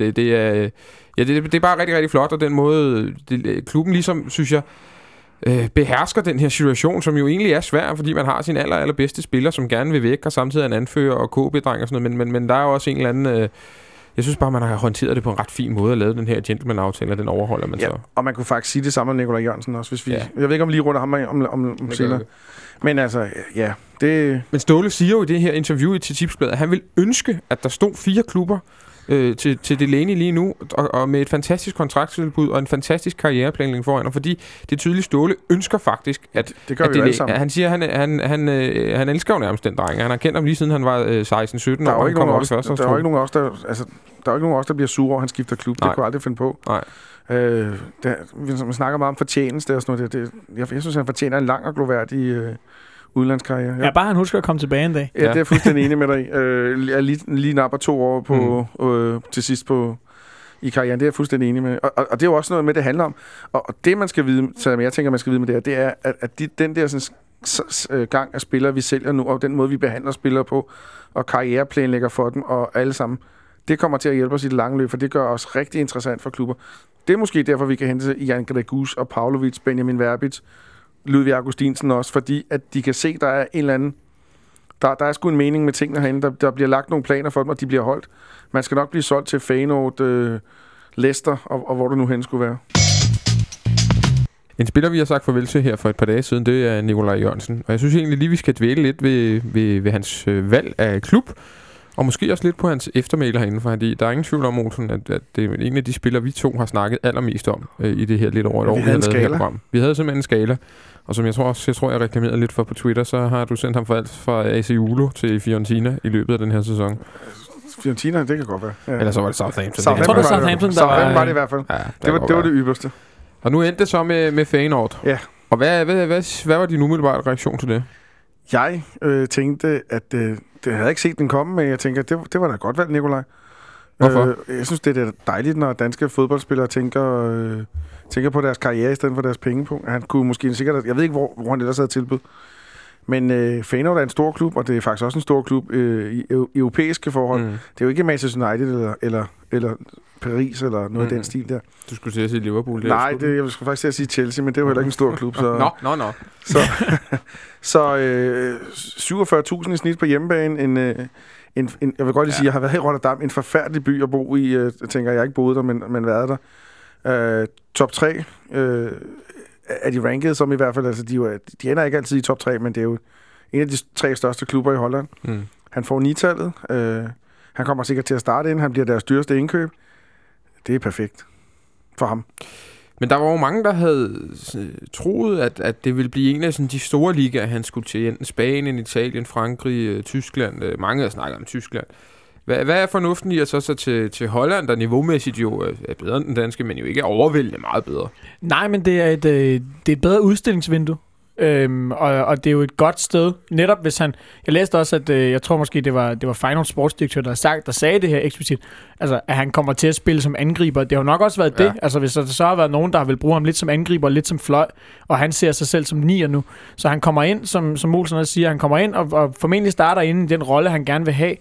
er bare rigtig, rigtig flot, og den måde klubben ligesom, synes jeg, behersker den her situation, som jo egentlig er svær, fordi man har sin allerbedste spiller, som gerne vil væk, og samtidig en anfører og KB-dreng og sådan noget, men der er jo også en eller anden... Jeg synes bare, man har håndteret det på en ret fin måde at lave den her gentleman-aftale, og den overholder man så. Og man kunne faktisk sige det samme om Nikolaj Jørgensen også, hvis vi... Ja. Jeg ved ikke, om lige runder ham om senere. Men altså, ja, det... Men Ståle siger jo i det her interview til Tipsbladet, at han vil ønske, at der stod 4 klubber til Delaney lige nu, og med et fantastisk kontrakttilbud og en fantastisk karriereplanlægning foran, og fordi det tydelige Ståle ønsker faktisk, at det gør vi jo alle sammen. Han siger, han elsker jo nærmest den dreng. Han har kendt ham lige siden han var 16-17 år. Der er jo ikke nogen af os, der bliver sure over, han skifter klub. Nej. Det kunne jeg aldrig finde på. Nej. Man snakker meget om fortjeneste og sådan noget. Jeg synes, han fortjener en lang og gloværdig udlandskarriere. Ja, bare han husker at komme tilbage en dag. Ja, det er jeg fuldstændig enig med dig. Jeg lige napper 2 år på, til sidst i karrieren. Det er jeg fuldstændig enig med. Og det er jo også noget med, det handler om. Og det, man skal vide, som jeg tænker, man skal vide med det er, at den der sådan, gang af spillere, vi sælger nu, og den måde, vi behandler spillere på, og karriereplanlægger for dem, og alle sammen, det kommer til at hjælpe os i det lange løb, for det gør os rigtig interessant for klubber. Det er måske derfor, vi kan hente Jan Gregus og Pavlovic, Benjamin Verbic, Ludvig Augustinsen også, fordi at de kan se, der er en eller anden Der er sgu en mening med tingene herinde. Der bliver lagt nogle planer for dem, og de bliver holdt. Man skal nok blive solgt til Feyenoord, Leicester, og hvor det nu hen skulle være. En spiller, vi har sagt farvel til her for et par dage siden, det er Nikolaj Jørgensen. Og jeg synes egentlig lige, vi skal dvæle lidt ved hans valg af klub, og måske også lidt på hans eftermæle herinde, fordi der er ingen tvivl om, Olsen, at det er en af de spillere, vi to har snakket allermest om i det her lidt over et år, vi havde lavet det her program. Vi havde simpelthen en skala, og som jeg tror, jeg reklamerede lidt for på Twitter, så har du sendt ham for alt fra AC Ulo til Fiorentina i løbet af den her sæson. Fiorentina, det kan godt være. Ja. Eller så var det Southampton. Jeg tror, det var Southampton, der var det i hvert fald. Ja, det var det ypperste. Og nu endte det så med Feyenoord. Ja. Og hvad var din umiddelbare reaktion til det? Jeg tænkte, at det havde jeg ikke set den komme, men jeg tænker, det var da godt valgt, Nikolaj. Hvorfor? Jeg synes, det er dejligt, når danske fodboldspillere tænker på deres karriere i stedet for deres pengepunkt. Han kunne måske sikkert... Jeg ved ikke, hvor han ellers havde tilbud. Men Feyenoord er en stor klub, og det er faktisk også en stor klub i europæiske forhold. Det er jo ikke Manchester United eller Paris eller noget af den stil der. Du skulle til at sige Liverpool. Nej, jeg skulle faktisk til at sige Chelsea, men det er jo heller ikke en stor klub. Så, Nå. Så 47.000 i snit på hjemmebane. Jeg vil godt lige sige, jeg har været i Rotterdam. En forfærdelig by at bo i. Jeg tænker, jeg har ikke boet der, men været der. Top 3 er de rankede som i hvert fald. Altså, de ender ikke altid i top 3, men det er jo en af de 3 største klubber i Holland. Han får 9-tallet. Han kommer sikkert til at starte ind. Han bliver deres dyreste indkøb. Det er perfekt for ham. Men der var jo mange, der havde troet, at det ville blive en af sådan de store ligaer, han skulle til. Enten Spanien, Italien, Frankrig, Tyskland. Mange har snakket om Tyskland. Hvad er fornuften i at så til Holland, der niveaumæssigt jo er bedre end den danske, men jo ikke er overvældende meget bedre? Nej, men det er et bedre udstillingsvindue. Og det er jo et godt sted. Netop hvis han... Jeg læste også, at jeg tror måske, det var Feyenoord sportsdirektør, der sagde det her eksplicit. Altså, at han kommer til at spille som angriber. Det har jo nok også været det. Altså, hvis der så har været nogen, der vil bruge ham lidt som angriber og lidt som fløj, og han ser sig selv som nier nu. Så han kommer ind, som Olsen også siger, han kommer ind og formentlig starter inden den rolle, han gerne vil have.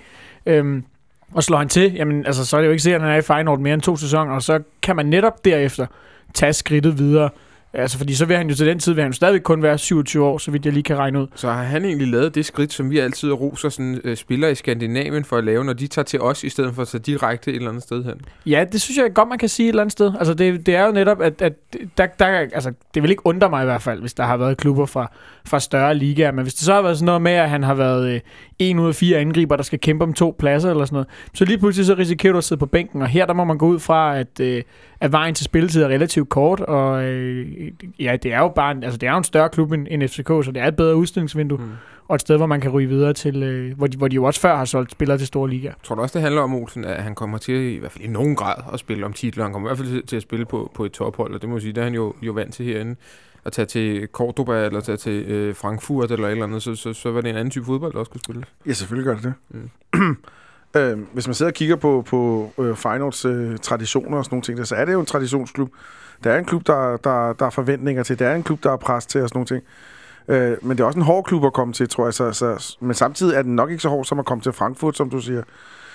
Og slår han til, jamen, altså, så er det jo ikke sikkert, at han er i Feyenoord mere end 2 sæsoner, og så kan man netop derefter tage skridtet videre. Altså, fordi så vil han jo til den tid, vil han jo stadigvæk kun være 27 år, så vidt jeg lige kan regne ud. Så har han egentlig lavet det skridt, som vi altid roser sådan spillere i Skandinavien for at lave, når de tager til os, i stedet for at tage direkte et eller andet sted hen? Ja, det synes jeg godt, man kan sige et eller andet sted. Altså, det er jo netop, at altså, det vil ikke undre mig i hvert fald, hvis der har været klubber fra større ligaer, men hvis det så har været sådan noget med, at han har været 1 ud af 4 angriber, der skal kæmpe om 2 pladser eller sådan noget, så lige pludselig så risikerer du at sidde på bænken, og her der må man gå ud fra, at vejen til spilletid er relativt kort, og det er jo bare det er jo en større klub end FCK, så det er et bedre udstillingsvindue, og et sted, hvor man kan ryge videre til, hvor de jo også før har solgt spillere til store ligaer. Tror du også, det handler om, Olsen, at han kommer til, i hvert fald i nogen grad, at spille om titler? Han kommer i hvert fald til at spille på et tophold, og det må jeg sige, det er han jo vant til herinde. At tage til Cordoba, eller tage til Frankfurt, eller et eller andet, så var det en anden type fodbold, der også kunne spille. Ja, selvfølgelig gør det det. Hvis man sidder og kigger på Feyenoords traditioner og sådan nogle ting, så er det jo en traditionsklub. Der er en klub, der er forventninger til. Der er en klub, der er pres til og sådan nogle ting. Men det er også en hård klub at komme til, tror jeg. Men samtidig er den nok ikke så hård, som at komme til Frankfurt, som du siger.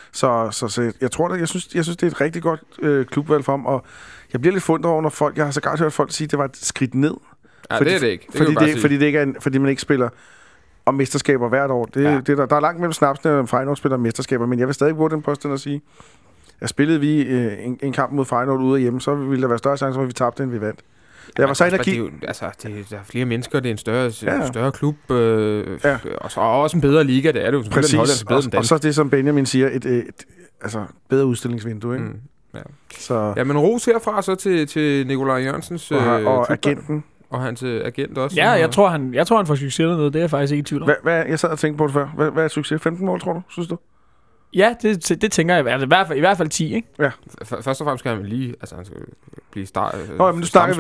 Så jeg tror, jeg synes, det er et rigtig godt klubvalg for ham. Og jeg bliver lidt fundret over, når folk... Jeg har så godt hørt folk sige, at det var et skridt ned. Ja, det er det ikke. Fordi man ikke spiller om mesterskaber hvert år. Der er langt mellem snapsene, og Feyenoord spiller mesterskaber, men jeg vil stadig bruge den påstand at sige, at spillede vi en kamp mod Feyenoord ude og hjemme, så ville der være større chance for, at vi tabte, end vi vandt. Der var så der er flere mennesker, det er en større klub, og så også en bedre liga, det er det jo. Præcis, og så det, som Benjamin siger, et bedre udstillingsvindue, ikke? Ja, men ros herfra så til Nikolaj Jørgensens og agenten. Og hans agent også. Ja, jeg tror han får succes noget. Det er jeg faktisk ikke i tvivl om. Jeg sad og tænkte på det før. Hvad er succes? 15 mål, tror du? Synes du? Ja, det tænker jeg. Altså, i hvert fald 10, ikke? Ja. Først og fremmest skal han lige... Altså, han skal blive men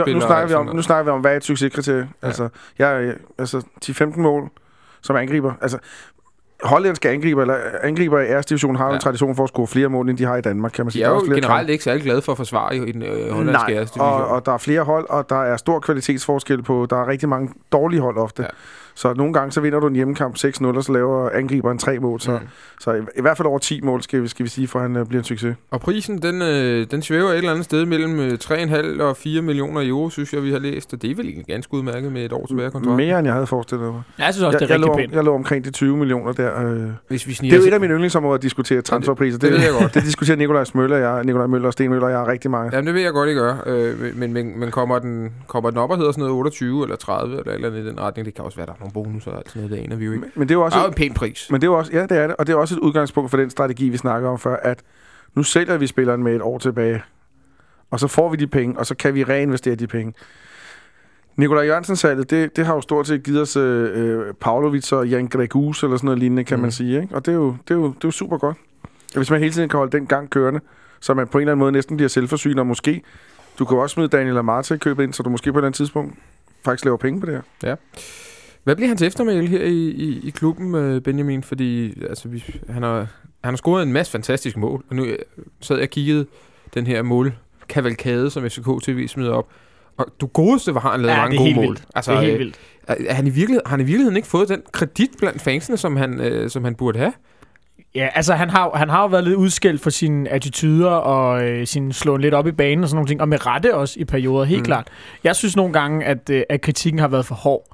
nu snakker vi om, hvad er et succeskriterie. Ja. Altså, 10-15 mål som angriber. Altså, hollandske angriber i æresdivisionen har jo en tradition for at score flere mål, end de har i Danmark, kan man sige. De er jo generelt ikke særlig glade for at forsvare i den hollandske æresdivision. Og der er flere hold, og der er stor kvalitetsforskel på. Der er rigtig mange dårlige hold ofte. Ja. Så nogle gange, så vinder du en hjemmekamp 6-0, og så laver angriberen 3 mål. Så i hvert fald over 10 mål, skal vi sige, for han bliver en succes. Og prisen, den svæver et eller andet sted mellem 3,5 og 4 millioner euro, synes jeg, vi har læst. Og det er vel egentlig ganske udmærket med et år tilbage af kontrakten. Mere, end jeg havde forestillet mig. Jeg synes også, det er rigtig pænt. Jeg lå omkring de 20 millioner der. Hvis vi det er jo et af mine yndlingsområder at diskutere transferpriser. Det ved jeg godt. Det diskuterer Nikolaj Møller og Sten Møller og jeg rigtig meget. Jamen, det ved jeg godt, I gør. Men kommer den op og hedder sådan noget 28 eller 30 eller andet i den retning? Det kan også være, der er nogle bonusser og sådan noget, det aner vi jo ikke. Men det er jo også en pæn pris. Men det er jo også, ja, det er det. Og det er også et udgangspunkt for den strategi, vi snakker om før, at nu sælger vi spilleren med et år tilbage, og så får vi de penge, og så kan vi reinvestere de penge. Nikolaj Jørgensen-salget, det har jo stort set givet os Pavlovic og Jan Gregus eller sådan noget lignende, kan man sige. Ikke? Og det er jo super godt. Hvis man hele tiden kan holde den gang kørende, så man på en eller anden måde næsten bliver selvforsynet, og måske, du kan også smide Daniel Amar til at købe ind, så du måske på et eller andet tidspunkt faktisk laver penge på det her. Ja. Hvad bliver hans eftermæle her i klubben, Benjamin? Fordi altså, han har scoret en masse fantastiske mål, og nu sad jeg og kiggede den her målkavalkade, som FCK TV smider op. Og du godeste var, han lavet mange gode mål. Altså, det er helt vildt. Har han i virkeligheden ikke fået den kredit blandt fansene, som han burde have? Ja, altså han har jo været lidt udskældt for sine attityder og sin slåen lidt op i banen og sådan nogle ting, og med rette også i perioder, helt klart. Jeg synes nogle gange, at kritikken har været for hård.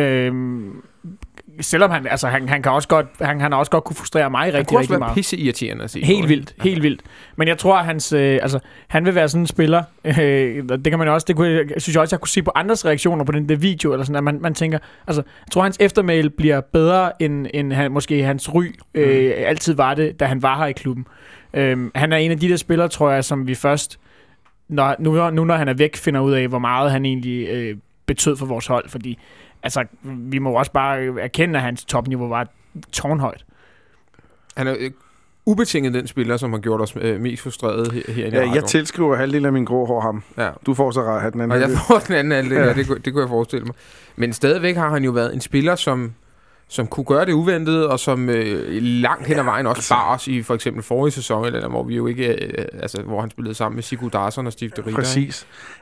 Selvom han kan også godt, han har også godt kunne frustrere mig rigtig meget. Han kunne også være pisseirriterende at se. Helt vildt. Men jeg tror, at han vil være sådan en spiller. Det kan man også. Synes jeg også, jeg kunne se på andres reaktioner på den der video eller sådan, at man tænker, altså, jeg tror, hans eftermæle bliver bedre end måske hans ry altid var det, da han var her i klubben. Han er en af de der spillere, tror jeg, som vi først når han er væk, finder ud af, hvor meget han egentlig betød for vores hold, fordi altså, vi må også bare erkende, at hans topniveau var tårnhøjt. Han er ubetinget den spiller, som har gjort os mest frustreret herinde i radioen. Jeg tilskriver halvdelen af min grå hår ham. Ja. Du får så ret den anden. Og jeg får den anden halvdel, ja. Det kunne jeg forestille mig. Men stadigvæk har han jo været en spiller, som kunne gøre det uventede, og som langt hen ad vejen også bar os i for eksempel forrige sæson, eller hvor vi jo ikke, hvor han spillede sammen med Sigurd Darsson og Steve de Ritter. Præcis.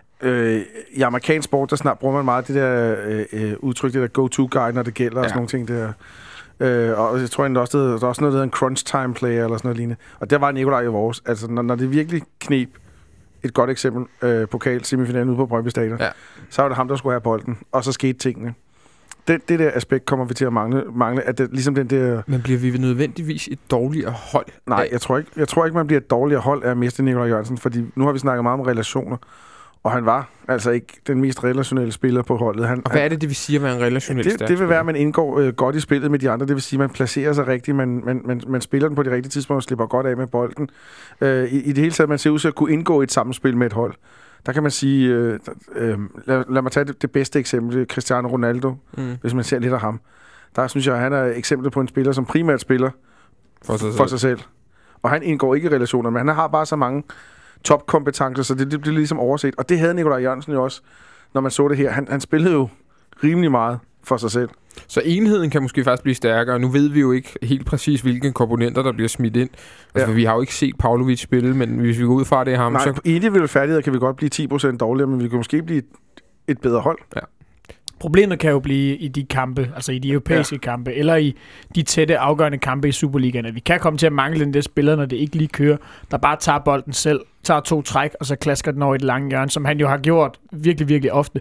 I amerikansk sport, der snart bruger man meget det der udtryk, det der go-to-guy, når det gælder, og sådan nogle ting der. Og jeg tror egentlig også, der er også noget, der hedder en crunch-time player, eller sådan noget lignende. Og der var Nikolaj i vores. Altså, når det virkelig kneb, et godt eksempel, pokal-semifinalen ude på Brøndby Stadion, så var det ham, der skulle have bolden, og så skete tingene. Det der aspekt kommer vi til at mangle at det, ligesom den der. Men bliver vi nødvendigvis et dårligere hold? Nej, jeg tror ikke, man bliver et dårligere hold af at miste Nikolaj Jørgensen, fordi nu har vi snakket meget om relationer. Og han var altså ikke den mest relationelle spiller på holdet. Og hvad er det vil sige at være en relationel stærk? Det vil være, at man indgår godt i spillet med de andre. Det vil sige, at man placerer sig rigtigt. Man spiller den på de rigtige tidspunkter og slipper godt af med bolden. I det hele taget, man ser ud til at kunne indgå i et samspil med et hold. Der kan man sige, lad mig tage det bedste eksempel, Cristiano Ronaldo, hvis man ser lidt af ham. Der synes jeg, at han er eksempel på en spiller, som primært spiller for sig selv. Og han indgår ikke i relationer, men han har bare så mange topkompetencer, så det bliver ligesom overset. Og det havde Nikolaj Jørgensen jo også, når man så det her. Han spillede jo rimelig meget for sig selv. Så enheden kan måske faktisk blive stærkere. Nu ved vi jo ikke helt præcis, hvilke komponenter, der bliver smidt ind. Altså, vi har jo ikke set Pavlovic spille, men hvis vi går ud fra det ham... Nej, på individuelle færdigheder kan vi godt blive 10% dårligere, men vi kan måske blive et bedre hold. Ja. Problemet kan jo blive i de kampe, altså i de europæiske kampe, eller i de tætte, afgørende kampe i Superligaen. Vi kan komme til at mangle den der spiller, når det ikke lige kører, der bare tager bolden selv, tager 2 træk, og så klasker den over i et langt hjørne, som han jo har gjort virkelig, virkelig ofte.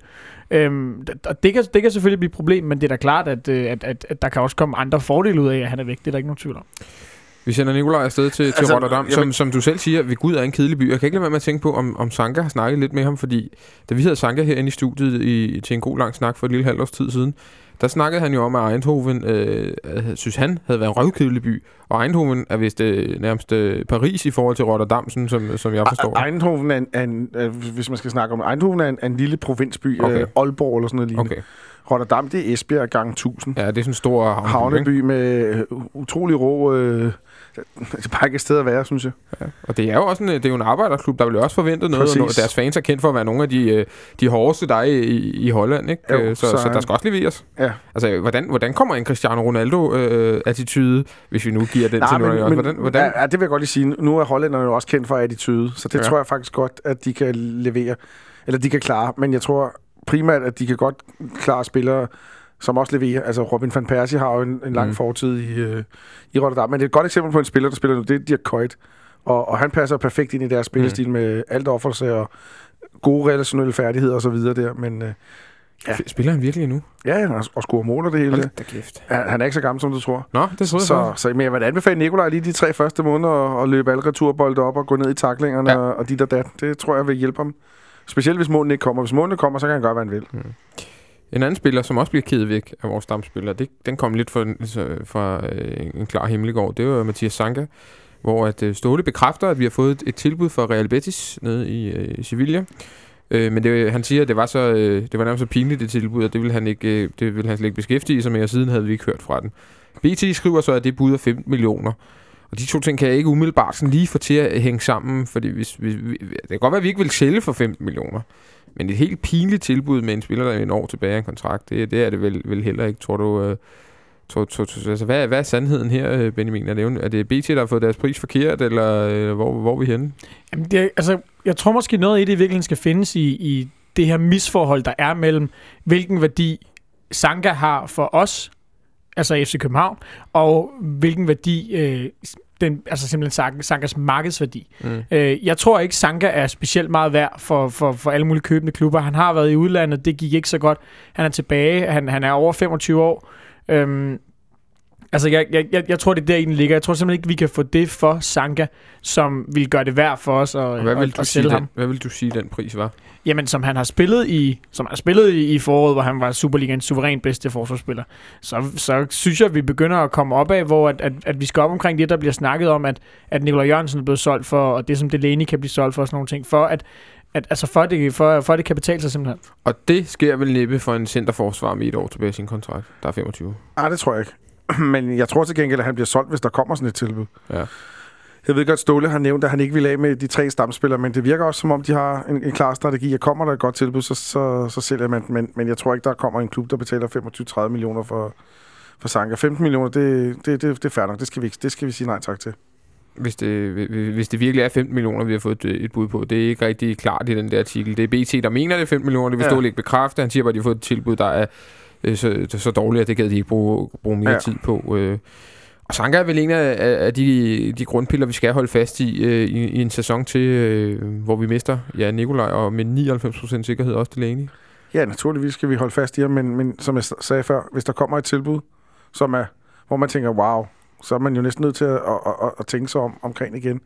Og det kan selvfølgelig blive et problem, men det er da klart, at der kan også komme andre fordele ud af, at han er væk. Det er der ikke nogen tvivl om. Vi sender Nikolaj afsted til Rotterdam, som du selv siger, ved Gud er en kedelig by. Jeg kan ikke lade være med at tænke på, om Sanka har snakket lidt med ham, fordi da vi havde Sanka herinde i studiet til en god lang snak for et lille halvt års tid siden, der snakkede han jo om, at Eindhoven, synes han, havde været en røvkedelig by. Og Eindhoven er vist nærmest Paris i forhold til Rotterdam, som jeg forstår. Eindhoven er hvis man skal snakke om Eindhoven, er en lille provinsby, Aalborg eller sådan noget lignende. Okay. Rotterdam, det er Esbjerg gang 1000. Ja, det er sådan en stor havneby med utrolig rå... det er bare ikke et sted at være, synes jeg. Ja. Og det er jo også en arbejderklub, der bliver også forventet noget, og deres fans er kendt for at være nogle af de hårdeste der i Holland, ikke? Jo, så der skal også leveres. Ja. Altså, hvordan kommer en Cristiano Ronaldo-attitude, hvis vi nu giver den til noget? Hvordan? Ja, det vil jeg godt lige sige. Nu er hollænderne jo også kendt for attitude, så det tror jeg faktisk godt, at de kan levere, eller de kan klare. Men jeg tror primært, at de kan godt klare spillere som også leverer. Altså Robin van Persie har jo en lang fortid i Rotterdam, men det er et godt eksempel på en spiller, der spiller nu, det er Dirk Kuyt. Og han passer perfekt ind i deres spillestil med alt offrelse og gode relationelle færdigheder og så videre der, men Spiller han virkelig nu? ja, og scorer mål og det hele. Hold da kæft. Han er ikke så gammel, som du tror. Nå, det tror jeg Så men jeg vil anbefale Nikolaj lige de 3 første måneder at løbe alle returbolde op og gå ned i taklingerne og dit og dat. Det tror jeg vil hjælpe ham. Specielt hvis målene ikke kommer. Hvis målene kommer, så kan han gøre, hvad han vil. En anden spiller, som også bliver kædet væk af vores stamspillere, den kom lidt fra en klar himmel i går. Det var Mathias Sanka, hvor at Ståle bekræfter, at vi har fået et tilbud fra Real Betis nede i Sevilla. Men han siger, at det var nærmest så pinligt det tilbud, at det ville han slet ikke beskæftige sig med, og siden havde vi ikke hørt fra den. BT skriver så, at det bud er 15 millioner. Og de to ting kan jeg ikke umiddelbart sådan lige få til at hænge sammen, fordi det kan godt være, at vi ikke vil sælge for 15 millioner. Men et helt pinligt tilbud med en spiller, der er en år tilbage af en kontrakt, det er det vel heller ikke, tror du. Altså, hvad er sandheden her, Benjamin? Er det BT, der har fået deres pris forkert, eller hvor er vi henne? Jamen, jeg tror måske noget i det virkelig skal findes i det her misforhold, der er mellem, hvilken værdi Sanka har for os, altså FC København, og hvilken værdi simpelthen Sankas markedsværdi. Jeg tror ikke, Sanka er specielt meget værd for alle mulige købende klubber. Han har været i udlandet, det gik ikke så godt. Han er tilbage, han er over 25 år. Jeg tror, det er der, den ligger. Jeg tror simpelthen ikke, vi kan få det for Sanka, som vil gøre det værd for os at sælge ham. Hvad vil du sige, den pris var? Jamen, som han har spillet i foråret, hvor han var Superligaens suveræn bedste forsvarsspiller, så synes jeg, at vi begynder at komme op af, hvor at vi skal op omkring det, der bliver snakket om, at Nikolaj Jørgensen er blevet solgt for, og det som Delaney kan blive solgt for, og sådan nogle ting, for at det kan betale sig simpelthen. Og det sker vel næppe for en centerforsvar med et år tilbage i sin kontrakt, der er 25. Nej, det tror jeg ikke. Men jeg tror til gengæld, at han bliver solgt, hvis der kommer sådan et tilbud. Ja. Jeg ved godt, Ståle har nævnt, at han ikke vil af med de 3 stamspillere, men det virker også, som om de har en klar strategi. Og kommer der et godt tilbud, så sælger man. Men jeg tror ikke, der kommer en klub, der betaler 25-30 millioner for Sanka. 15 millioner, det er fair nok. Det skal vi sige nej tak til. Hvis det virkelig er 15 millioner, vi har fået et bud på, det er ikke rigtig klart i den der artikel. Det er BT, der mener, det er 15 millioner. Det vil Ståle ikke bekræfte. Han siger bare, at de har fået et tilbud, der er så dårligt, at det kan de ikke bruge mere tid på. Og Sanka er vel en af de grundpiller, vi skal holde fast i en sæson til, hvor vi mister Nikolaj, og med 99% sikkerhed også Delaney. Ja, naturligvis skal vi holde fast i ham, men som jeg sagde før, hvis der kommer et tilbud, hvor man tænker, wow, så er man jo næsten nødt til at tænke sig omkring igen.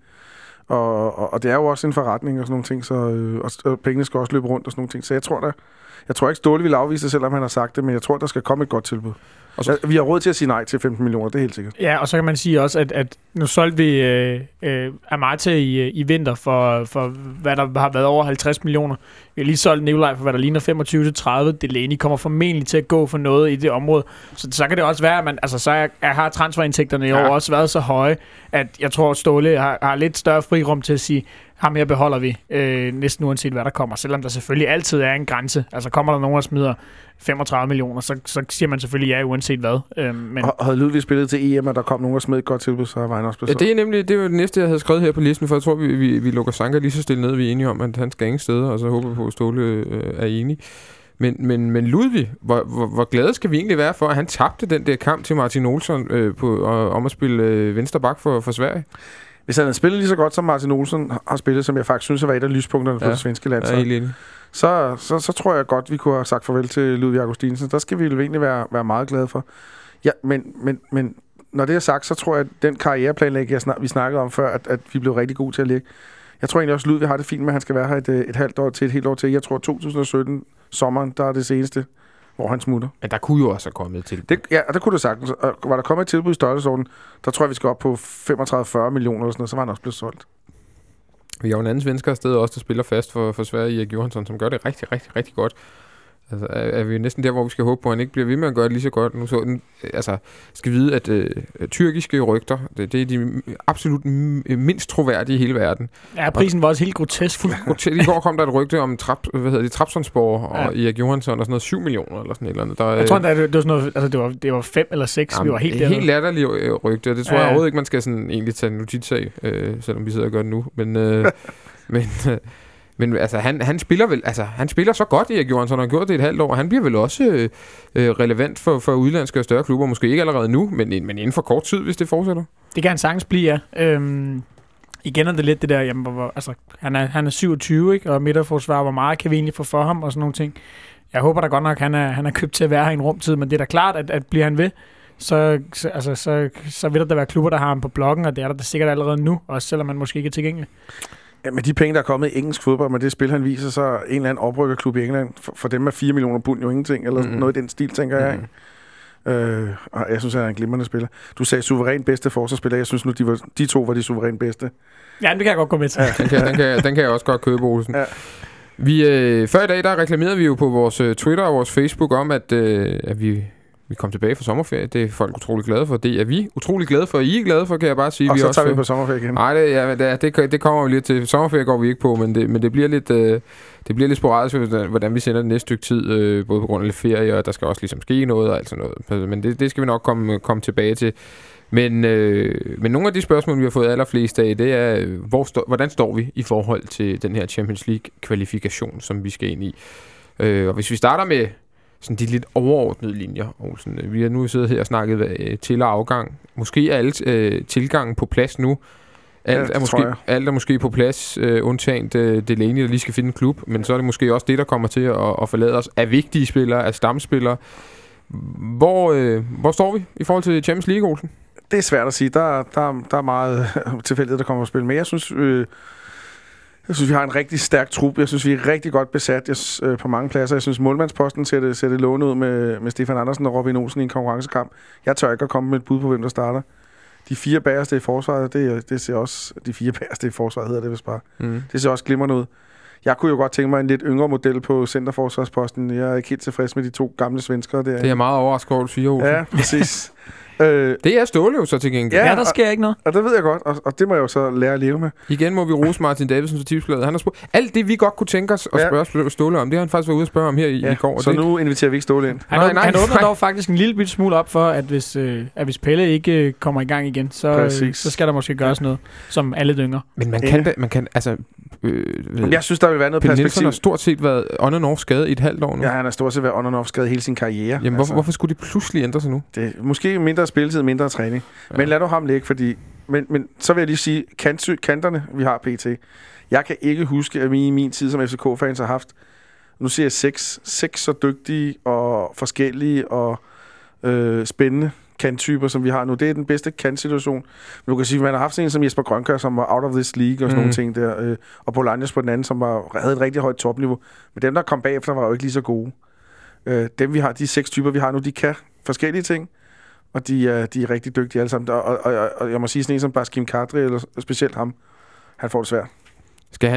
Og det er jo også en forretning og sådan nogle ting, så og pengene skal også løbe rundt og sådan nogle ting. Så jeg tror ikke, Ståle vil afvise det, selvom han har sagt det, men jeg tror, der skal komme et godt tilbud. Vi har råd til at sige nej til 15 millioner, det er helt sikkert. Ja, og så kan man sige også, at nu solgte vi Amate i vinter for, hvad der har været over 50 millioner. Vi har lige solgt Nikolaj for, hvad der ligner 25-30. Delaney kommer formentlig til at gå for noget i det område. Så kan det også være, at man, har transferindtægterne i år også været så høje, at jeg tror, at Ståle har lidt større frirum til at sige, ham her beholder vi næsten uanset hvad der kommer, selvom der selvfølgelig altid er en grænse. Altså kommer der nogen, der smider 35 millioner, så siger man selvfølgelig ja uanset hvad. Men havde Ludvig spillet til EM, og der kom nogen, der smed et godt tilbud, så var han også blevet det var det næste, jeg havde skrevet her på listen, for jeg tror, vi lukker Sanka lige så stille ned, vi er enige om, at han skal ingen steder, og så håber vi på, at Ståle er enig. Men Ludvig, hvor glade skal vi egentlig være for, at han tabte den der kamp til Martin Olsson om at spille venstre bak for Sverige? Hvis han havde spillet lige så godt, som Martin Olsen har spillet, som jeg faktisk synes var et af lyspunkterne for det svenske land, så tror jeg godt, vi kunne have sagt farvel til Ludvig Augustinsen. Der skal vi jo egentlig være meget glade for. Ja, men når det er sagt, så tror jeg, at den karriereplanlæg, vi snakkede om før, at vi blev rigtig gode til at lægge. Jeg tror egentlig også, at Ludvig har det fint med, at han skal være her et halvt år til et helt år til. Jeg tror, 2017 sommeren, der er det seneste, hvor han smutter. Men der kunne jo også have kommet et tilbud. Og der kunne det sagtens. Og var der kommet et tilbud i størrelsesorden, der tror jeg, vi skal op på 35-40 millioner eller sådan noget, så var han også blevet solgt. Vi har jo en anden svensker afsted også, der spiller fast for Sverige, Erik Johansson, som gør det rigtig, rigtig, rigtig godt. Altså, er vi næsten der, hvor vi skal håbe på, at han ikke bliver ved med at gøre det lige så godt. Nu skal vide, at tyrkiske rygter, det er de absolut mindst troværdige i hele verden. Ja, prisen var også helt grotesk. I går kom der et rygte om Trabzonspor og Erik Johansson og sådan noget 7 millioner eller sådan et eller andet. Jeg tror, det var sådan noget, altså det var 5 eller 6. Jamen, vi var helt der. Helt latterlige rygte, og det tror jeg overhovedet ikke, man skal sådan egentlig tage notits af, selvom vi sidder og gør det nu. Men altså, han spiller vel, altså, han spiller så godt, Erik Johansson har gjort det et halvt år, og han bliver vel også relevant for udlandske og større klubber, måske ikke allerede nu, men inden for kort tid, hvis det fortsætter. Det kan han sagtens blive, ja. Igen er det lidt det der, jamen, altså, han er 27, ikke? Og midterforsvar, hvor meget kan vi egentlig få for ham, og sådan nogle ting. Jeg håber da godt nok, han er købt til at være her i en rumtid, men det er da klart, at bliver han ved, så vil der da være klubber, der har ham på bloggen, og det er der sikkert allerede nu, også selvom man måske ikke er tilgængelig. Ja, med de penge, der er kommet i engelsk fodbold, med det spil, han viser, så en eller anden oprykkerklub i England, for dem er 4 millioner pund jo ingenting, eller noget i den stil, tænker jeg, ikke? Og jeg synes, han er en glimrende spiller. Du sagde suveræn bedste forsvarsspiller. Jeg synes nu, de to var de suveræn bedste. Ja, det kan jeg godt gå med til. Ja. Den kan jeg også godt købe, Olsen. Ja. Før i dag, der reklamerede vi jo på vores Twitter og vores Facebook om, at vi kom tilbage fra sommerferie. Det er folk utrolig glade for. Det er vi utrolig glade for. I er glade for, kan jeg bare sige. Og så tager vi på sommerferie igen. Nej, det kommer vi lidt til. Sommerferie går vi ikke på, men det bliver lidt sporadisk, hvordan vi sender det næste stykke tid, både på grund af lidt ferie, og der skal også ligesom ske noget og alt sådan noget. Men det skal vi nok komme tilbage til. Men nogle af de spørgsmål, vi har fået allerflest af, det er, hvordan står vi i forhold til den her Champions League-kvalifikation, som vi skal ind i? Og hvis vi starter med sådan de lidt overordnede linjer, Olsen. Vi har nu siddet her og snakket til- og afgang. Måske er alle tilgangen på plads nu. Alt er måske på plads, undtagen Delaney, der lige skal finde en klub. Men så er det måske også det, der kommer til at forlade os af vigtige spillere, af stamspillere. Hvor står vi i forhold til Champions League, Olsen? Det er svært at sige. Der er meget tilfældighed, der kommer at spille med. Jeg synes, vi har en rigtig stærk trup. Jeg synes, vi er rigtig godt besat på mange pladser. Jeg synes, målmandsposten ser det lovende ud med Stefan Andersen og Robin Olsen i en konkurrencekamp. Jeg tør ikke at komme med et bud på, hvem der starter. De 4 bagerste i forsvaret, det ser også... De 4 bagerste i forsvaret hedder det vist bare. Det ser også glimrende ud. Jeg kunne jo godt tænke mig en lidt yngre model på centerforsvarsposten. Jeg er ikke helt tilfreds med de 2 gamle svenskere der. Det er meget overrasket over, du siger, Olsen. Ja, præcis. Det er Ståle jo så til gengæld. Ja, der sker ikke noget. Og det ved jeg godt, og det må jeg jo så lære at leve med. Igen må vi rose Martin Davidsen for tipsbladet. Han har spurgt alt det, vi godt kunne tænke os at spørge Ståle om. Det har han faktisk været ude at spørge om her i går. Så nu inviterer vi ikke Ståle ind. Han åbner dog faktisk en lille smule op for, at hvis Pelle ikke kommer i gang igen, så skal der måske gøres noget, som alle dynger. Men man kan altså... jeg synes, der vil være noget Pelle perspektiv. Nielsen har stort set været on and off skadet i et halvt år nu. Ja, han har stort set været on and off skadet hele sin karriere. Jamen, hvorfor skulle det pludselig ændre sig nu? Det måske mindre spilletid, mindre træning. Ja. Men lad du ham ligge, fordi... Men så vil jeg lige sige, kanterne, vi har pt. Jeg kan ikke huske, at vi i min tid som FCK-fans har haft... Nu siger jeg 6 så dygtige og forskellige og spændende kanttyper, som vi har nu. Det er den bedste kantsituation. Men du kan sige, at man har haft en som Jesper Grønkær, som var out of this league og sådan nogle ting der. Og Bolaños på den anden, som havde et rigtig højt topniveau. Men dem, der kom bagefter, var jo ikke lige så gode. Dem, vi har, de 6 typer, vi har nu, de kan forskellige ting. Og de er rigtig dygtige alle sammen. Og jeg må sige sådan en som Baskim Kadri, eller specielt ham, han får det svært. Skal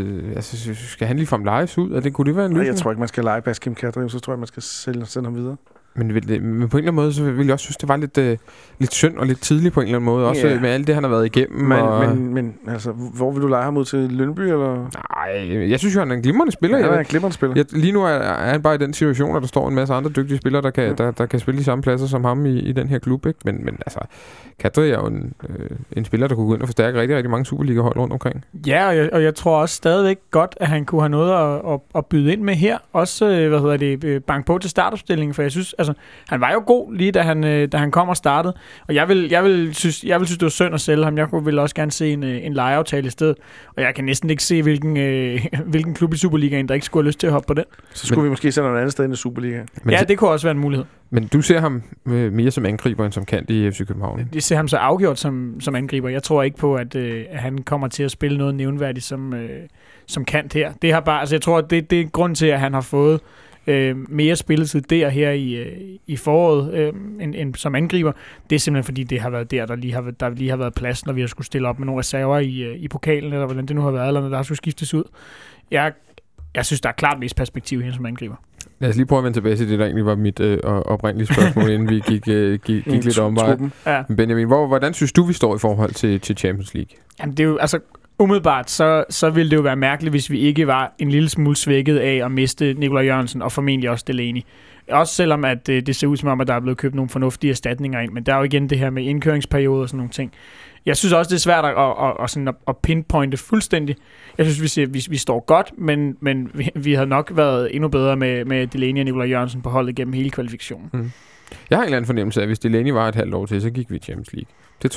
han ligefrem lejes ud? Kunne det være en løsning? Jeg tror ikke, man skal lege Baskim Kadri, så tror jeg, man skal sende ham videre. Men på en eller anden måde, så ville jeg også synes, det var lidt synd og lidt tidligt på en eller anden måde. Også med alt det, han har været igennem. Men altså, hvor vil du lege ham ud til Lyngby? Eller? Nej, jeg synes jo, han er en glimrende spiller. Ja, han er en glimrende spiller. Lige nu er han bare i den situation, at der står en masse andre dygtige spillere, der kan spille de samme pladser som ham i den her klub. Ikke? Men altså, Kadri er jo en spiller, der kunne gå ind og forstærke rigtig, rigtig mange Superliga-hold rundt omkring. Ja, og jeg tror også stadigvæk godt, at han kunne have noget at byde ind med her. Også, bank på til startopstillingen, for jeg synes, altså, han var jo god lige, da han kom og startede. Og jeg vil synes, det var synd at sælge ham. Jeg ville også gerne se en lejeaftale i stedet. Og jeg kan næsten ikke se, hvilken klub i Superligaen, der ikke skulle have lyst til at hoppe på den. Så skulle vi måske sende noget andet sted end i Superligaen. Ja, det kunne også være en mulighed. Men du ser ham mere som angriber end som kant i FC København? Jeg ser ham så afgjort som angriber. Jeg tror ikke på, at han kommer til at spille noget nævnværdigt som kant her. Det har bare, altså jeg tror, at det er grund til, at han har fået mere spilletid her i foråret end som angriber. Det er simpelthen fordi, det har været der lige har været plads, når vi har skulle stille op med nogle reserver i pokalen, eller hvordan det nu har været, eller når der har skulle skiftes ud. Jeg synes, der er klart mest perspektiv her som angriber. Lad os lige prøve at vende tilbage til det, der egentlig var mit oprindelige spørgsmål, inden vi gik lidt omvej. Ja. Benjamin, hvordan synes du, vi står i forhold til Champions League? Jamen, det er jo, altså, umiddelbart, så ville det jo være mærkeligt, hvis vi ikke var en lille smule svækket af at miste Nikolaj Jørgensen og formentlig også Delaney. Også selvom at det ser ud som om, at der er blevet købt nogle fornuftige erstatninger ind, men der er jo igen det her med indkøringsperiode og sådan nogle ting. Jeg synes også, det er svært at pinpointe fuldstændig. Jeg synes, vi står godt, men vi havde nok været endnu bedre med Delaney og Nikolaj Jørgensen på holdet gennem hele kvalifikationen. Mm. Jeg har en eller anden fornemmelse af, at hvis Delaney var et halvt år til, så gik vi i Champions League.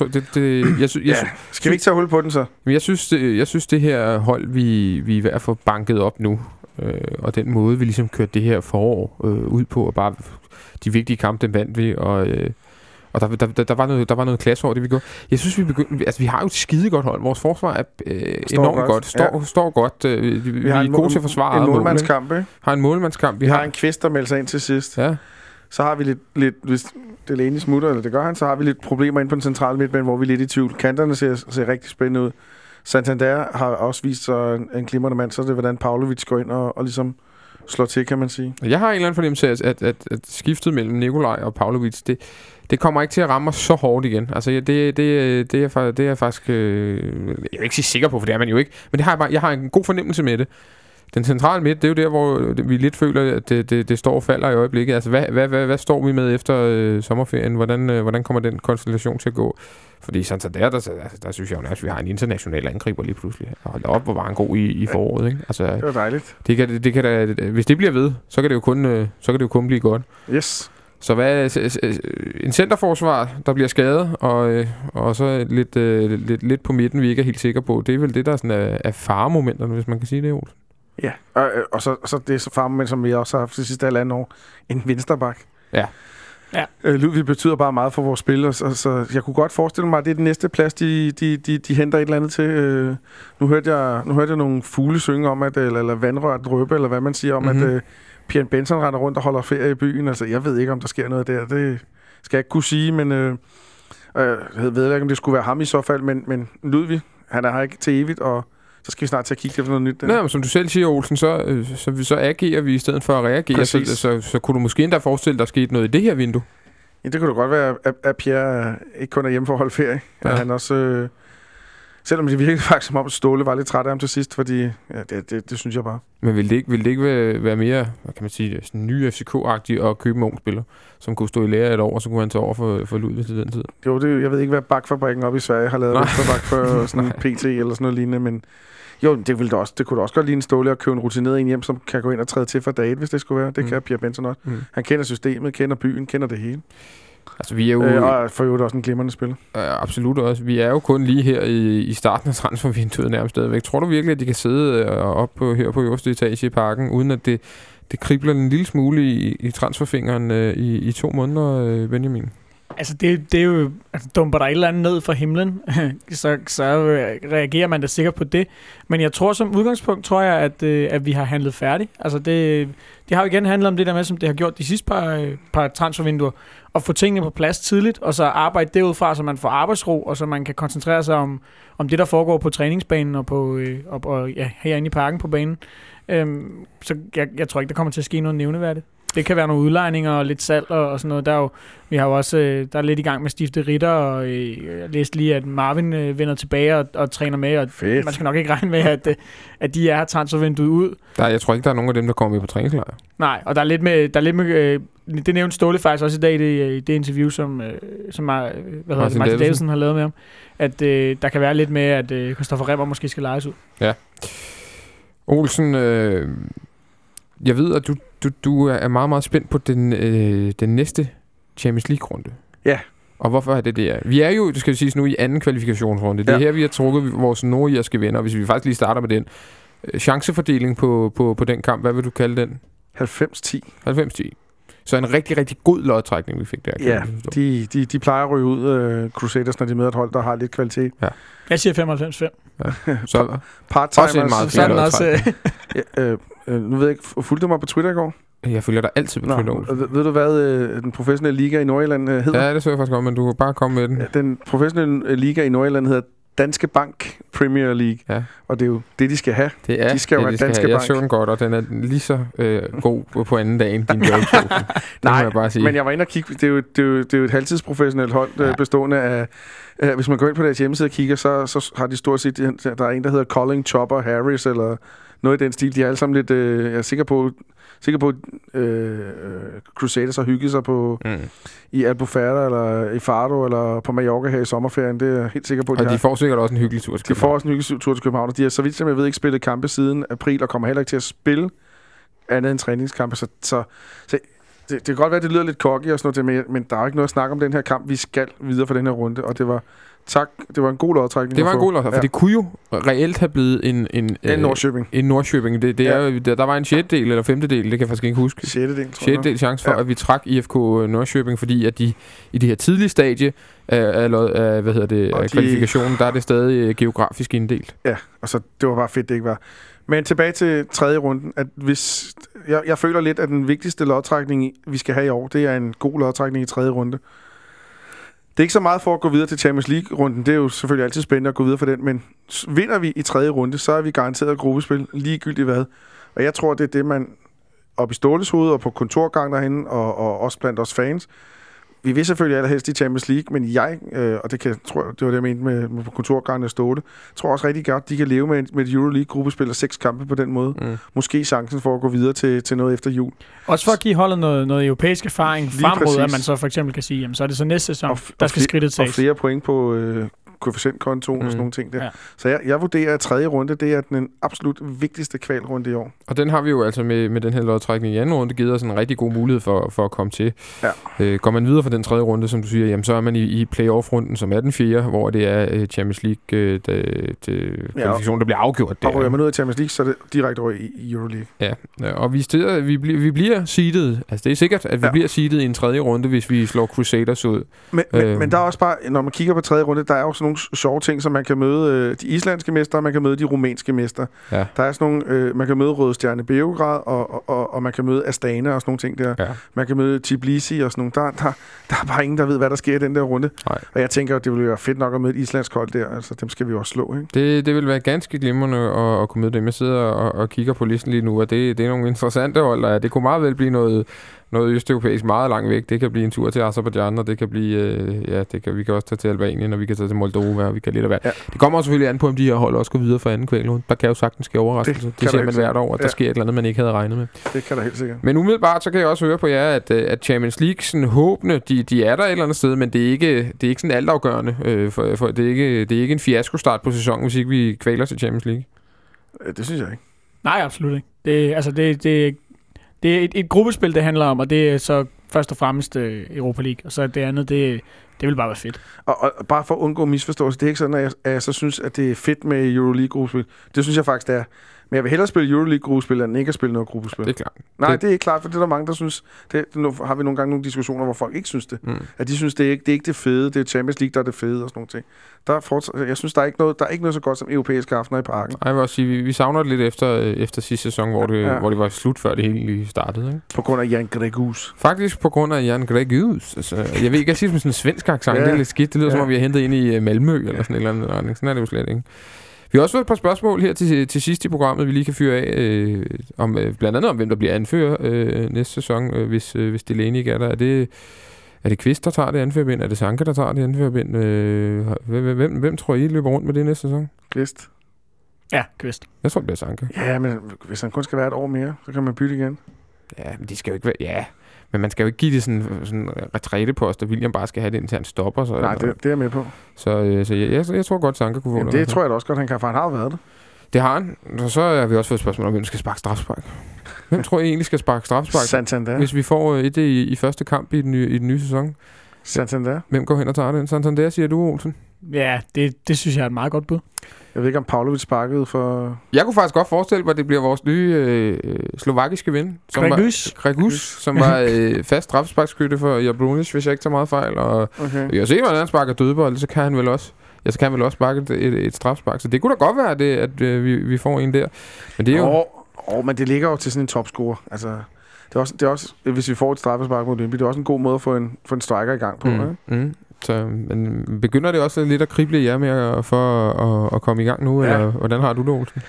Skal vi ikke tage hul på den så? Men jeg synes det her hold, vi er ved at få banket op nu, og den måde, vi ligesom kørte det her forår ud på, og bare de vigtige kampe, den vandt vi, og der var noget klasse over det, vi gjorde. Jeg synes, vi har jo et skide godt hold. Vores forsvar er enormt godt. Står godt. Vi er gode til at forsvare en målmandskamp, ikke? Har en målmandskamp. Vi har en Kvist, der melder sig ind til sidst. Ja. Så har vi lidt hvis Delaney smutter, eller det gør han, så har vi lidt problemer inde på den centrale midtbane, hvor vi er lidt i tvivl. Kanterne ser rigtig spændende ud. Santander har også vist sig en glimrende mand, så det er, hvordan Pavlovic går ind og ligesom slår til, kan man sige. Jeg har en eller anden fornemmelse af, at skiftet mellem Nikolaj og Pavlovic, det kommer ikke til at ramme os så hårdt igen. Altså, det er jeg faktisk... jeg vil ikke sige sikker på, for det er man jo ikke. Men jeg har en god fornemmelse med det. Den centrale midt, det er jo der, hvor vi lidt føler, at det står og falder i øjeblikket. Altså, hvad står vi med efter sommerferien? Hvordan kommer den konstellation til at gå? Fordi Santander, der synes jeg jo nærmest, vi har en international angriber lige pludselig. Hold op, hvor var han god i foråret, ikke? Altså, det var dejligt. Det kan da, hvis det bliver ved, så kan det jo kun blive godt. Yes. Så en centerforsvar, der bliver skadet, og så lidt på midten, vi ikke er helt sikre på. Det er vel det, der sådan er faremomenterne, hvis man kan sige det, Olsen. Ja, og så det faremoment, som vi også har haft de sidste halvandet år. En vensterbak. Ja. Ludvig betyder bare meget for vores spil, så jeg kunne godt forestille mig, at det er den næste plads, de henter et eller andet til. Nu hørte jeg nogle fugle synge om, eller vandrørt drøbe, eller hvad man siger om, at Pierre Benson render rundt og holder ferie i byen. Altså, jeg ved ikke, om der sker noget der. Det skal jeg ikke kunne sige, men jeg ved ikke, om det skulle være ham i så fald, men Ludvig, han er her ikke til evigt, og så skal vi snart til at kigge efter noget nyt. Nej, men som du selv siger, Olsen, så agerer vi i stedet for at reagere. Så kunne du måske endda forestille, der skete noget i det her vindue? Ja, det kunne da godt være, at Pierre ikke kun er hjemme for at holde ferie. Ja. At han også... selvom det virkede faktisk som om, at Ståle var lidt træt af ham til sidst, fordi det synes jeg bare. Men ville det ikke være mere, hvad kan man sige, sådan ny FCK-agtig at købe en ung spiller, som kunne stå i lære et år, og så kunne han tage over for Ludvig til den tid? Jo, jeg ved ikke, hvad bakfabrikken oppe i Sverige har lavet for bak for sådan PT eller sådan noget lignende, men jo, det kunne da også godt ligne Ståle at købe en rutineret en hjem, som kan gå ind og træde til for dag 1, hvis det skulle være. Det kan Pierre Benson også. Han kender systemet, kender byen, kender det hele. Altså, vi er jo... og for øvrigt også en glimrende spiller. Absolut også. Vi er jo kun lige her i starten af transfervinduet nærmest stadigvæk. Tror du virkelig, at de kan sidde her på øverste etage i parken, uden at det kribler en lille smule i transferfingeren i 2 måneder, Benjamin? Altså, det er jo... Altså, dumper der et eller andet ned fra himlen, så reagerer man da sikkert på det. Men jeg tror, som udgangspunkt, at vi har handlet færdigt. Altså, det har jo igen handlet om det der med, som det har gjort de sidste par transfervinduer, at få tingene på plads tidligt, og så arbejde derudfra, så man får arbejdsro, og så man kan koncentrere sig om det, der foregår på træningsbanen og herinde i parken på banen. Så jeg tror ikke, der kommer til at ske noget nævneværdigt. Det kan være nogle udlejninger og lidt salg og sådan noget. Vi har jo også der er lidt i gang med stifte Ritter, og jeg læste lige, at Marvin vender tilbage og træner med, og fedt. Man skal nok ikke regne med, at de er transfervinduet ud. Jeg tror ikke, der er nogen af dem, der kommer med på træningslejr. Nej, og der er lidt med det nævnte Ståle faktisk også i dag i det interview, som Martin Davidsen har lavet med ham, at der kan være lidt med, at Christoffer Remmer måske skal lejes ud. Ja. Olsen, jeg ved, at du er meget, meget spændt på den næste Champions League-runde. Ja. Og hvorfor er det? Vi er jo, det skal sige nu, i anden kvalifikationsrunde. Det er her, vi har trukket vores nordirske venner. Og hvis vi faktisk lige starter med den chancefordeling på den kamp, hvad vil du kalde den? 90-10. 90-10. Så en rigtig, rigtig god lodtrækning, vi fik der. Ja, de plejer at ryge ud, Crusaders, når de møder et hold, der har lidt kvalitet. Ja. Jeg siger 95-5. Ja. Så part-timers. Også en meget fin lodtrækning. Nu ved jeg ikke, fulgte du mig på Twitter i går? Jeg følger dig altid på Twitter. Ved du, hvad den professionelle liga i Nordjylland hedder? Ja, det så jeg faktisk godt, men du kan bare komme med den. Ja, den professionelle liga i Nordjylland hedder Danske Bank Premier League. Ja. Og det er jo det, de skal have. De skal jo have Danske Bank. Jeg så den godt, og den er lige så god på anden dag end din joke. Nej, jeg bare sige. Men jeg var inde og kigge. Det er jo et halvtidsprofessionelt hold, bestående af... hvis man går ind på deres hjemmeside og kigger, så har de stort set... Der er en, der hedder Colin Chopper Harris, eller noget i den stil. De er alle sammen lidt, jeg er sikker på Crusaders har hygget sig på i Albufeira, eller i Faro, eller på Mallorca her i sommerferien. Det er jeg helt sikker på. Og de får sikkert også en hyggelig tur til København. De får også en hyggelig tur til København, og de har, så vidt som jeg ved, ikke spillet kampe siden april, og kommer heller ikke til at spille andet end træningskampe. Så det kan godt være, at det lyder lidt cocky og sådan noget, men der er ikke noget at snakke om den her kamp. Vi skal videre for den her runde, og det var en god lodtrækning. Det var en god lodtrækning, for det kunne jo reelt have blevet en Nordsjøbing. En Nordsjøbing. Det er jo, der var en 6. del eller 5. del, det kan jeg faktisk ikke huske. 6. del, tror 6. del chance for, at vi trak IFK Nordsjøbing, fordi at de i det her tidlige stadie af kvalifikationen, der er det stadig geografisk inddelt. Ja, og så det var bare fedt, det ikke var. Men tilbage til tredje runden, at hvis jeg føler lidt, at den vigtigste lodtrækning, vi skal have i år, det er en god lodtrækning i tredje runde. Det er ikke så meget for at gå videre til Champions League-runden. Det er jo selvfølgelig altid spændende at gå videre for den, men vinder vi i tredje runde, så er vi garanteret gruppespil, ligegyldigt hvad. Og jeg tror, det er det, man op i Ståles hoved og på kontorgang derhenne, og også blandt os fans. Vi vil selvfølgelig allerhelst i Champions League, men jeg, og det var det, jeg mente med på kontorgangen af Ståle, tror også rigtig godt, de kan leve med et Euroleague-gruppespil og 6 kampe på den måde. Måske chancen for at gå videre til noget efter jul. Også for at give holdet noget europæisk erfaring fremrod, at man så for eksempel kan sige, jamen, så er det så næste sæson, der skal skridtet tages. Og flere point på koefficientkontoen og sådan nogle ting der. Ja. Så jeg vurderer, at tredje runde, det er den absolut vigtigste kvalrunde i år. Og den har vi jo altså med den her lodtrækning i anden runde givet os en rigtig god mulighed for at komme til. Ja. Går man videre fra den tredje runde, som du siger, jamen, så er man i playoff-runden, som er den 4., hvor det er Champions League kvalifikationen, der bliver afgjort der. Og ryger man ud af Champions League, så er det direkte over i Euroleague. Ja, og vi bliver seedet. Altså det er sikkert, at vi bliver seedet i en tredje runde, hvis vi slår Crusaders ud. Men der er også bare, når man kigger på tredje runde, der er jo sådan nogle sjove ting, som man kan møde de islandske mestre, man kan møde de rumænske mestre. Ja. Der er sådan nogle, man kan møde Røde Stjerne Beograd, og man kan møde Astana og sådan nogle ting der. Ja. Man kan møde Tbilisi og sådan nogle. Der er bare ingen, der ved, hvad der sker i den der runde. Nej. Og jeg tænker, at det ville være fedt nok at møde et islandsk hold der. Altså, dem skal vi også slå, ikke? Det vil være ganske glimrende at kunne møde dem. Jeg sidder og kigger på listen lige nu, og det er nogle interessante hold, og det kunne meget vel blive noget østeuropæisk meget langt væk. Det kan blive en tur til Azerbaijan, og det kan blive, vi kan også tage til Albanien, og vi kan tage til Moldova, og vi kan lidt af hvert. Ja. Det kommer selvfølgelig an på, om de her hold også går videre for anden kvalrunde. Der kan jo sagtens ske overraskelse. Det ser man hvert år, at der sker et eller andet, man ikke havde regnet med. Det kan der helt sikkert. Men umiddelbart, så kan jeg også høre på jer, at Champions League, sådan håbende, de er der et eller andet sted, men det er ikke sådan altafgørende. Det er ikke en fiasko-start på sæsonen, hvis ikke vi kvaler til Champions League. Det synes jeg ikke. Nej, absolut ikke. Det er et gruppespil, det handler om, og det er så først og fremmest Europa League, og så det andet, det vil bare være fedt. Og bare for at undgå misforståelse, det er ikke sådan, at jeg så synes, at det er fedt med Euroleague-gruppespil. Det synes jeg faktisk, det er. Men jeg vil hellere spille Euroleague-gruppespil, end ikke at spille noget gruppespil. Det er klart. Nej, det er ikke klart, for det er der mange, der synes. Nu har vi nogle gange nogle diskussioner, hvor folk ikke synes det. At de synes, det er ikke det fede. Det er Champions League, der er det fede og sådan nogle ting. Jeg synes, der er ikke noget så godt som europæiske aftener i parken. Jeg vil også sige, vi savner det lidt efter sidste sæson, hvor det var slut, før det hele startede. Ikke? På grund af Jan Gregus. Faktisk på grund af Jan Gregus. Altså, jeg ved ikke, jeg siger det som sådan en svensk accent. Det er lidt skidt. Det lyder som om, vi har hentet ind i Malmø eller sådan et eller andet retning. Sådan er det jo slet ikke. Vi har også fået et par spørgsmål her til sidst i programmet, vi lige kan fyre af, blandt andet om, hvem der bliver anfører næste sæson, hvis Delaney ikke er der. Er det Kvist, der tager det anførerbind? Er det Sanka, der tager det anførerbind? Hvem tror I løber rundt med det næste sæson? Kvist. Ja, Kvist. Jeg tror, det bliver Sanka. Ja, men hvis han kun skal være et år mere, så kan man bytte igen. Ja, men de skal jo ikke være... Ja, men man skal jo ikke give det sådan retrætepost, at William bare skal have det indtil han stopper. Så, nej, det er jeg med på. Så jeg tror godt, Sanka kunne få det. Det tror jeg da også godt, han kan, for han har været det. Det har han. Så har vi også fået et spørgsmål om, hvem skal sparke strafspark. Hvem tror I egentlig skal sparke strafspark? Santander. Hvis vi får et i første kamp i den nye sæson. Santander. Hvem går hen og tager den? Santander, siger du, Olsen? Ja, det synes jeg er et meget godt bud. Jeg ved ikke, om Pavlovic sparkede for... Jeg kunne faktisk godt forestille mig, at det bliver vores nye slovakiske ven. Gregus, som var fast strafsparkskytte for Jablonic, hvis jeg ikke tager meget fejl. Og jeg ser, hvordan han sparker dødbold, så kan han vel også... så kan han vel også sparke et strafspark. Så det kunne da godt være, at vi får en der. Men det er jo... men det ligger jo til sådan en topscorer. Altså, det er også, hvis vi får et straffespark mod Lyngby, det er også en god måde at få en striker i gang på. Så, men begynder det også lidt at krible i jer med for at komme i gang nu? Ja. Eller hvordan har du det, Olsen?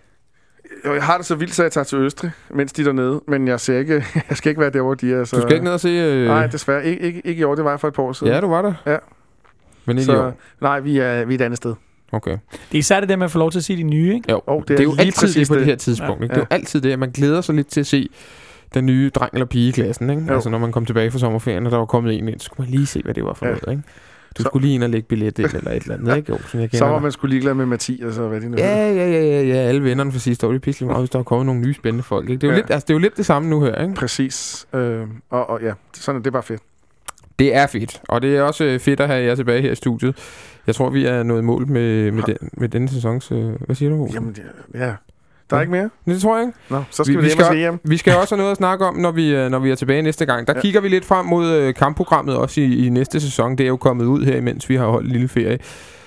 Jeg har det så vildt, så jeg tager til Østrig, mens de er dernede. Men jeg skal ikke være der, hvor de er. Så... Du skal ikke ned og se... Nej, desværre. Ikke i år. Det var jeg for et par år siden. Ja, du var der. Ja. Men ikke i år? Nej, vi er et andet sted. Okay. Det er især det der med at få lov til at se de nye, ikke? Jo, det er jo altid det på det her tidspunkt. Ikke? Det er jo altid det, at man glæder sig lidt til at se den nye dreng eller pige i klassen. Ikke? Altså når man kom tilbage fra sommerferien, og der var kommet en ind, så skulle man lige se, hvad det var for noget. Ikke? Du skulle lige ind og lægge billet ind eller et eller andet, ikke? Jo, så var man skulle ligeglad med Mathias og hvad det nu ja, alle vennerne fra sidste år, det er pisselig meget, hvis der er kommet nogle nye spændende folk. Ikke? Det er jo lidt, altså, det er jo lidt det samme nu her, ikke? Præcis. Og ja, sådan er det bare fedt. Det er fedt, og det er også fedt at have jer tilbage her i studiet. Jeg tror, vi er nået mål med denne sæsons... Hvad siger du? Jamen, ja. Der er ikke mere? Det tror jeg ikke. Nå, så skal vi hjem og se hjem. Vi skal også have noget at snakke om, når vi er tilbage næste gang. Der kigger vi lidt frem mod kampprogrammet også i næste sæson. Det er jo kommet ud her, imens vi har holdt en lille ferie.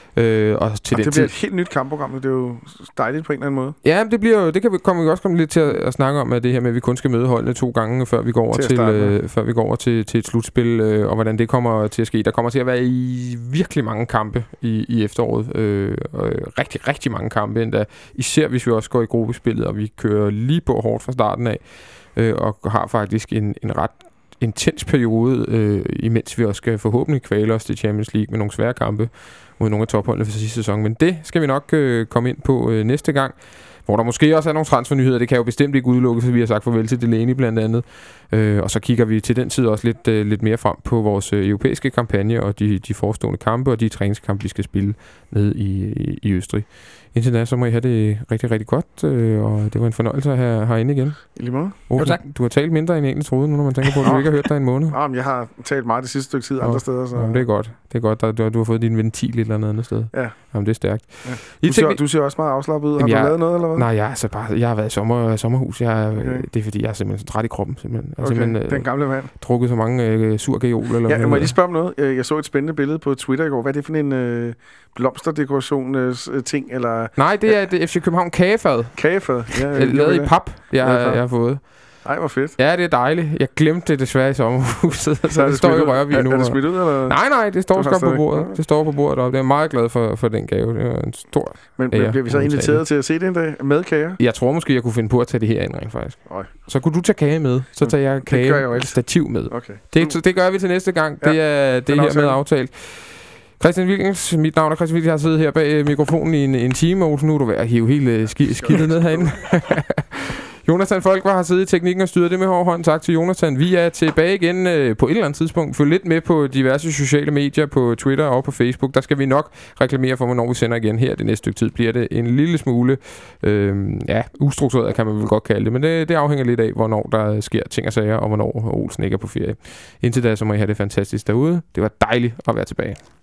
Og til det bliver et helt nyt kampprogram. Det er jo dejligt på en eller anden måde. Ja, det kan vi også komme lidt til at snakke om, at det her med, at vi kun skal møde holdene 2 gange, før vi går over til et slutspil, og hvordan det kommer til at ske. Der kommer til at være virkelig mange kampe i efteråret. Rigtig, rigtig mange kampe endda. Især hvis vi også går i gruppespillet, og vi kører lige på hårdt fra starten af, og har faktisk en ret intens periode, imens vi også skal forhåbentlig kvæle os til Champions League med nogle svære kampe mod nogle af topholdene for sidste sæson. Men det skal vi nok komme ind på næste gang, hvor der måske også er nogle transfernyheder. Det kan jo bestemt ikke udelukkes, så vi har sagt farvel til Delaney blandt andet. Og så kigger vi til den tid også lidt mere frem på vores europæiske kampagne og de forestående kampe og de træningskampe, vi skal spille nede i Østrig. Indtil da, så må I have det rigtig, rigtig godt, og det var en fornøjelse at have herinde igen. I lige måde. Tak. Du har talt mindre end egentlig troede, nu når man tænker på, at du ikke har hørt dig en måned. Men jeg har talt meget det sidste stykke tid andre steder. Så. Jamen, det er godt. Det er godt. Du har fået din ventil et eller andet sted. Ja. Jamen, det er stærkt. Ja. Du ser også meget afslappet ud. Har du lavet noget, eller hvad? Nej, jeg har været i sommerhus. Det er fordi, jeg er simpelthen så træt i kroppen. Den gamle mand. Drukket så mange surgeol. Eller jeg må lige spørge om noget. Jeg så et spændende billede på Twitter i går. Hvad er det for en blomsterdekoration ting? Eller? Nej, det er det FC København kagefad. Kagefad? Ja, lavet i pap, jeg har fået. Ej, hvor fedt. Ja, det er dejligt. Jeg glemte det desværre i sommerhuset. Så det står i Rørvig nu. Er det smidt ud, eller? Nej, det står på bordet. Det står på bordet deroppe. Jeg er meget glad for den gave. Det er en stor Men bliver vi så inviteret til at se det en dag med kager? Jeg tror måske, jeg kunne finde på at tage det her ind rent faktisk. Så kunne du tage kage med. Så tager jeg kage stativ med. Okay. Det gør vi til næste gang. Det er her med aftalt. Christian Wilkens, mit navn er Christian Wilkens, jeg har siddet her bag mikrofonen i en time, og nu er du ved at hive hele skidtet ned herinde. Jonathan Folkvar har siddet i teknikken og styret det med hård hånd. Tak til Jonathan. Vi er tilbage igen på et eller andet tidspunkt. Følg lidt med på diverse sociale medier, på Twitter og på Facebook. Der skal vi nok reklamere for, hvornår vi sender igen her. Det næste stykke tid bliver det en lille smule ustruktureret, kan man vel godt kalde det. Men det afhænger lidt af, hvornår der sker ting og sager, og hvornår Olsen ikke er på ferie. Indtil da, så må I have det fantastisk derude. Det var dejligt at være tilbage.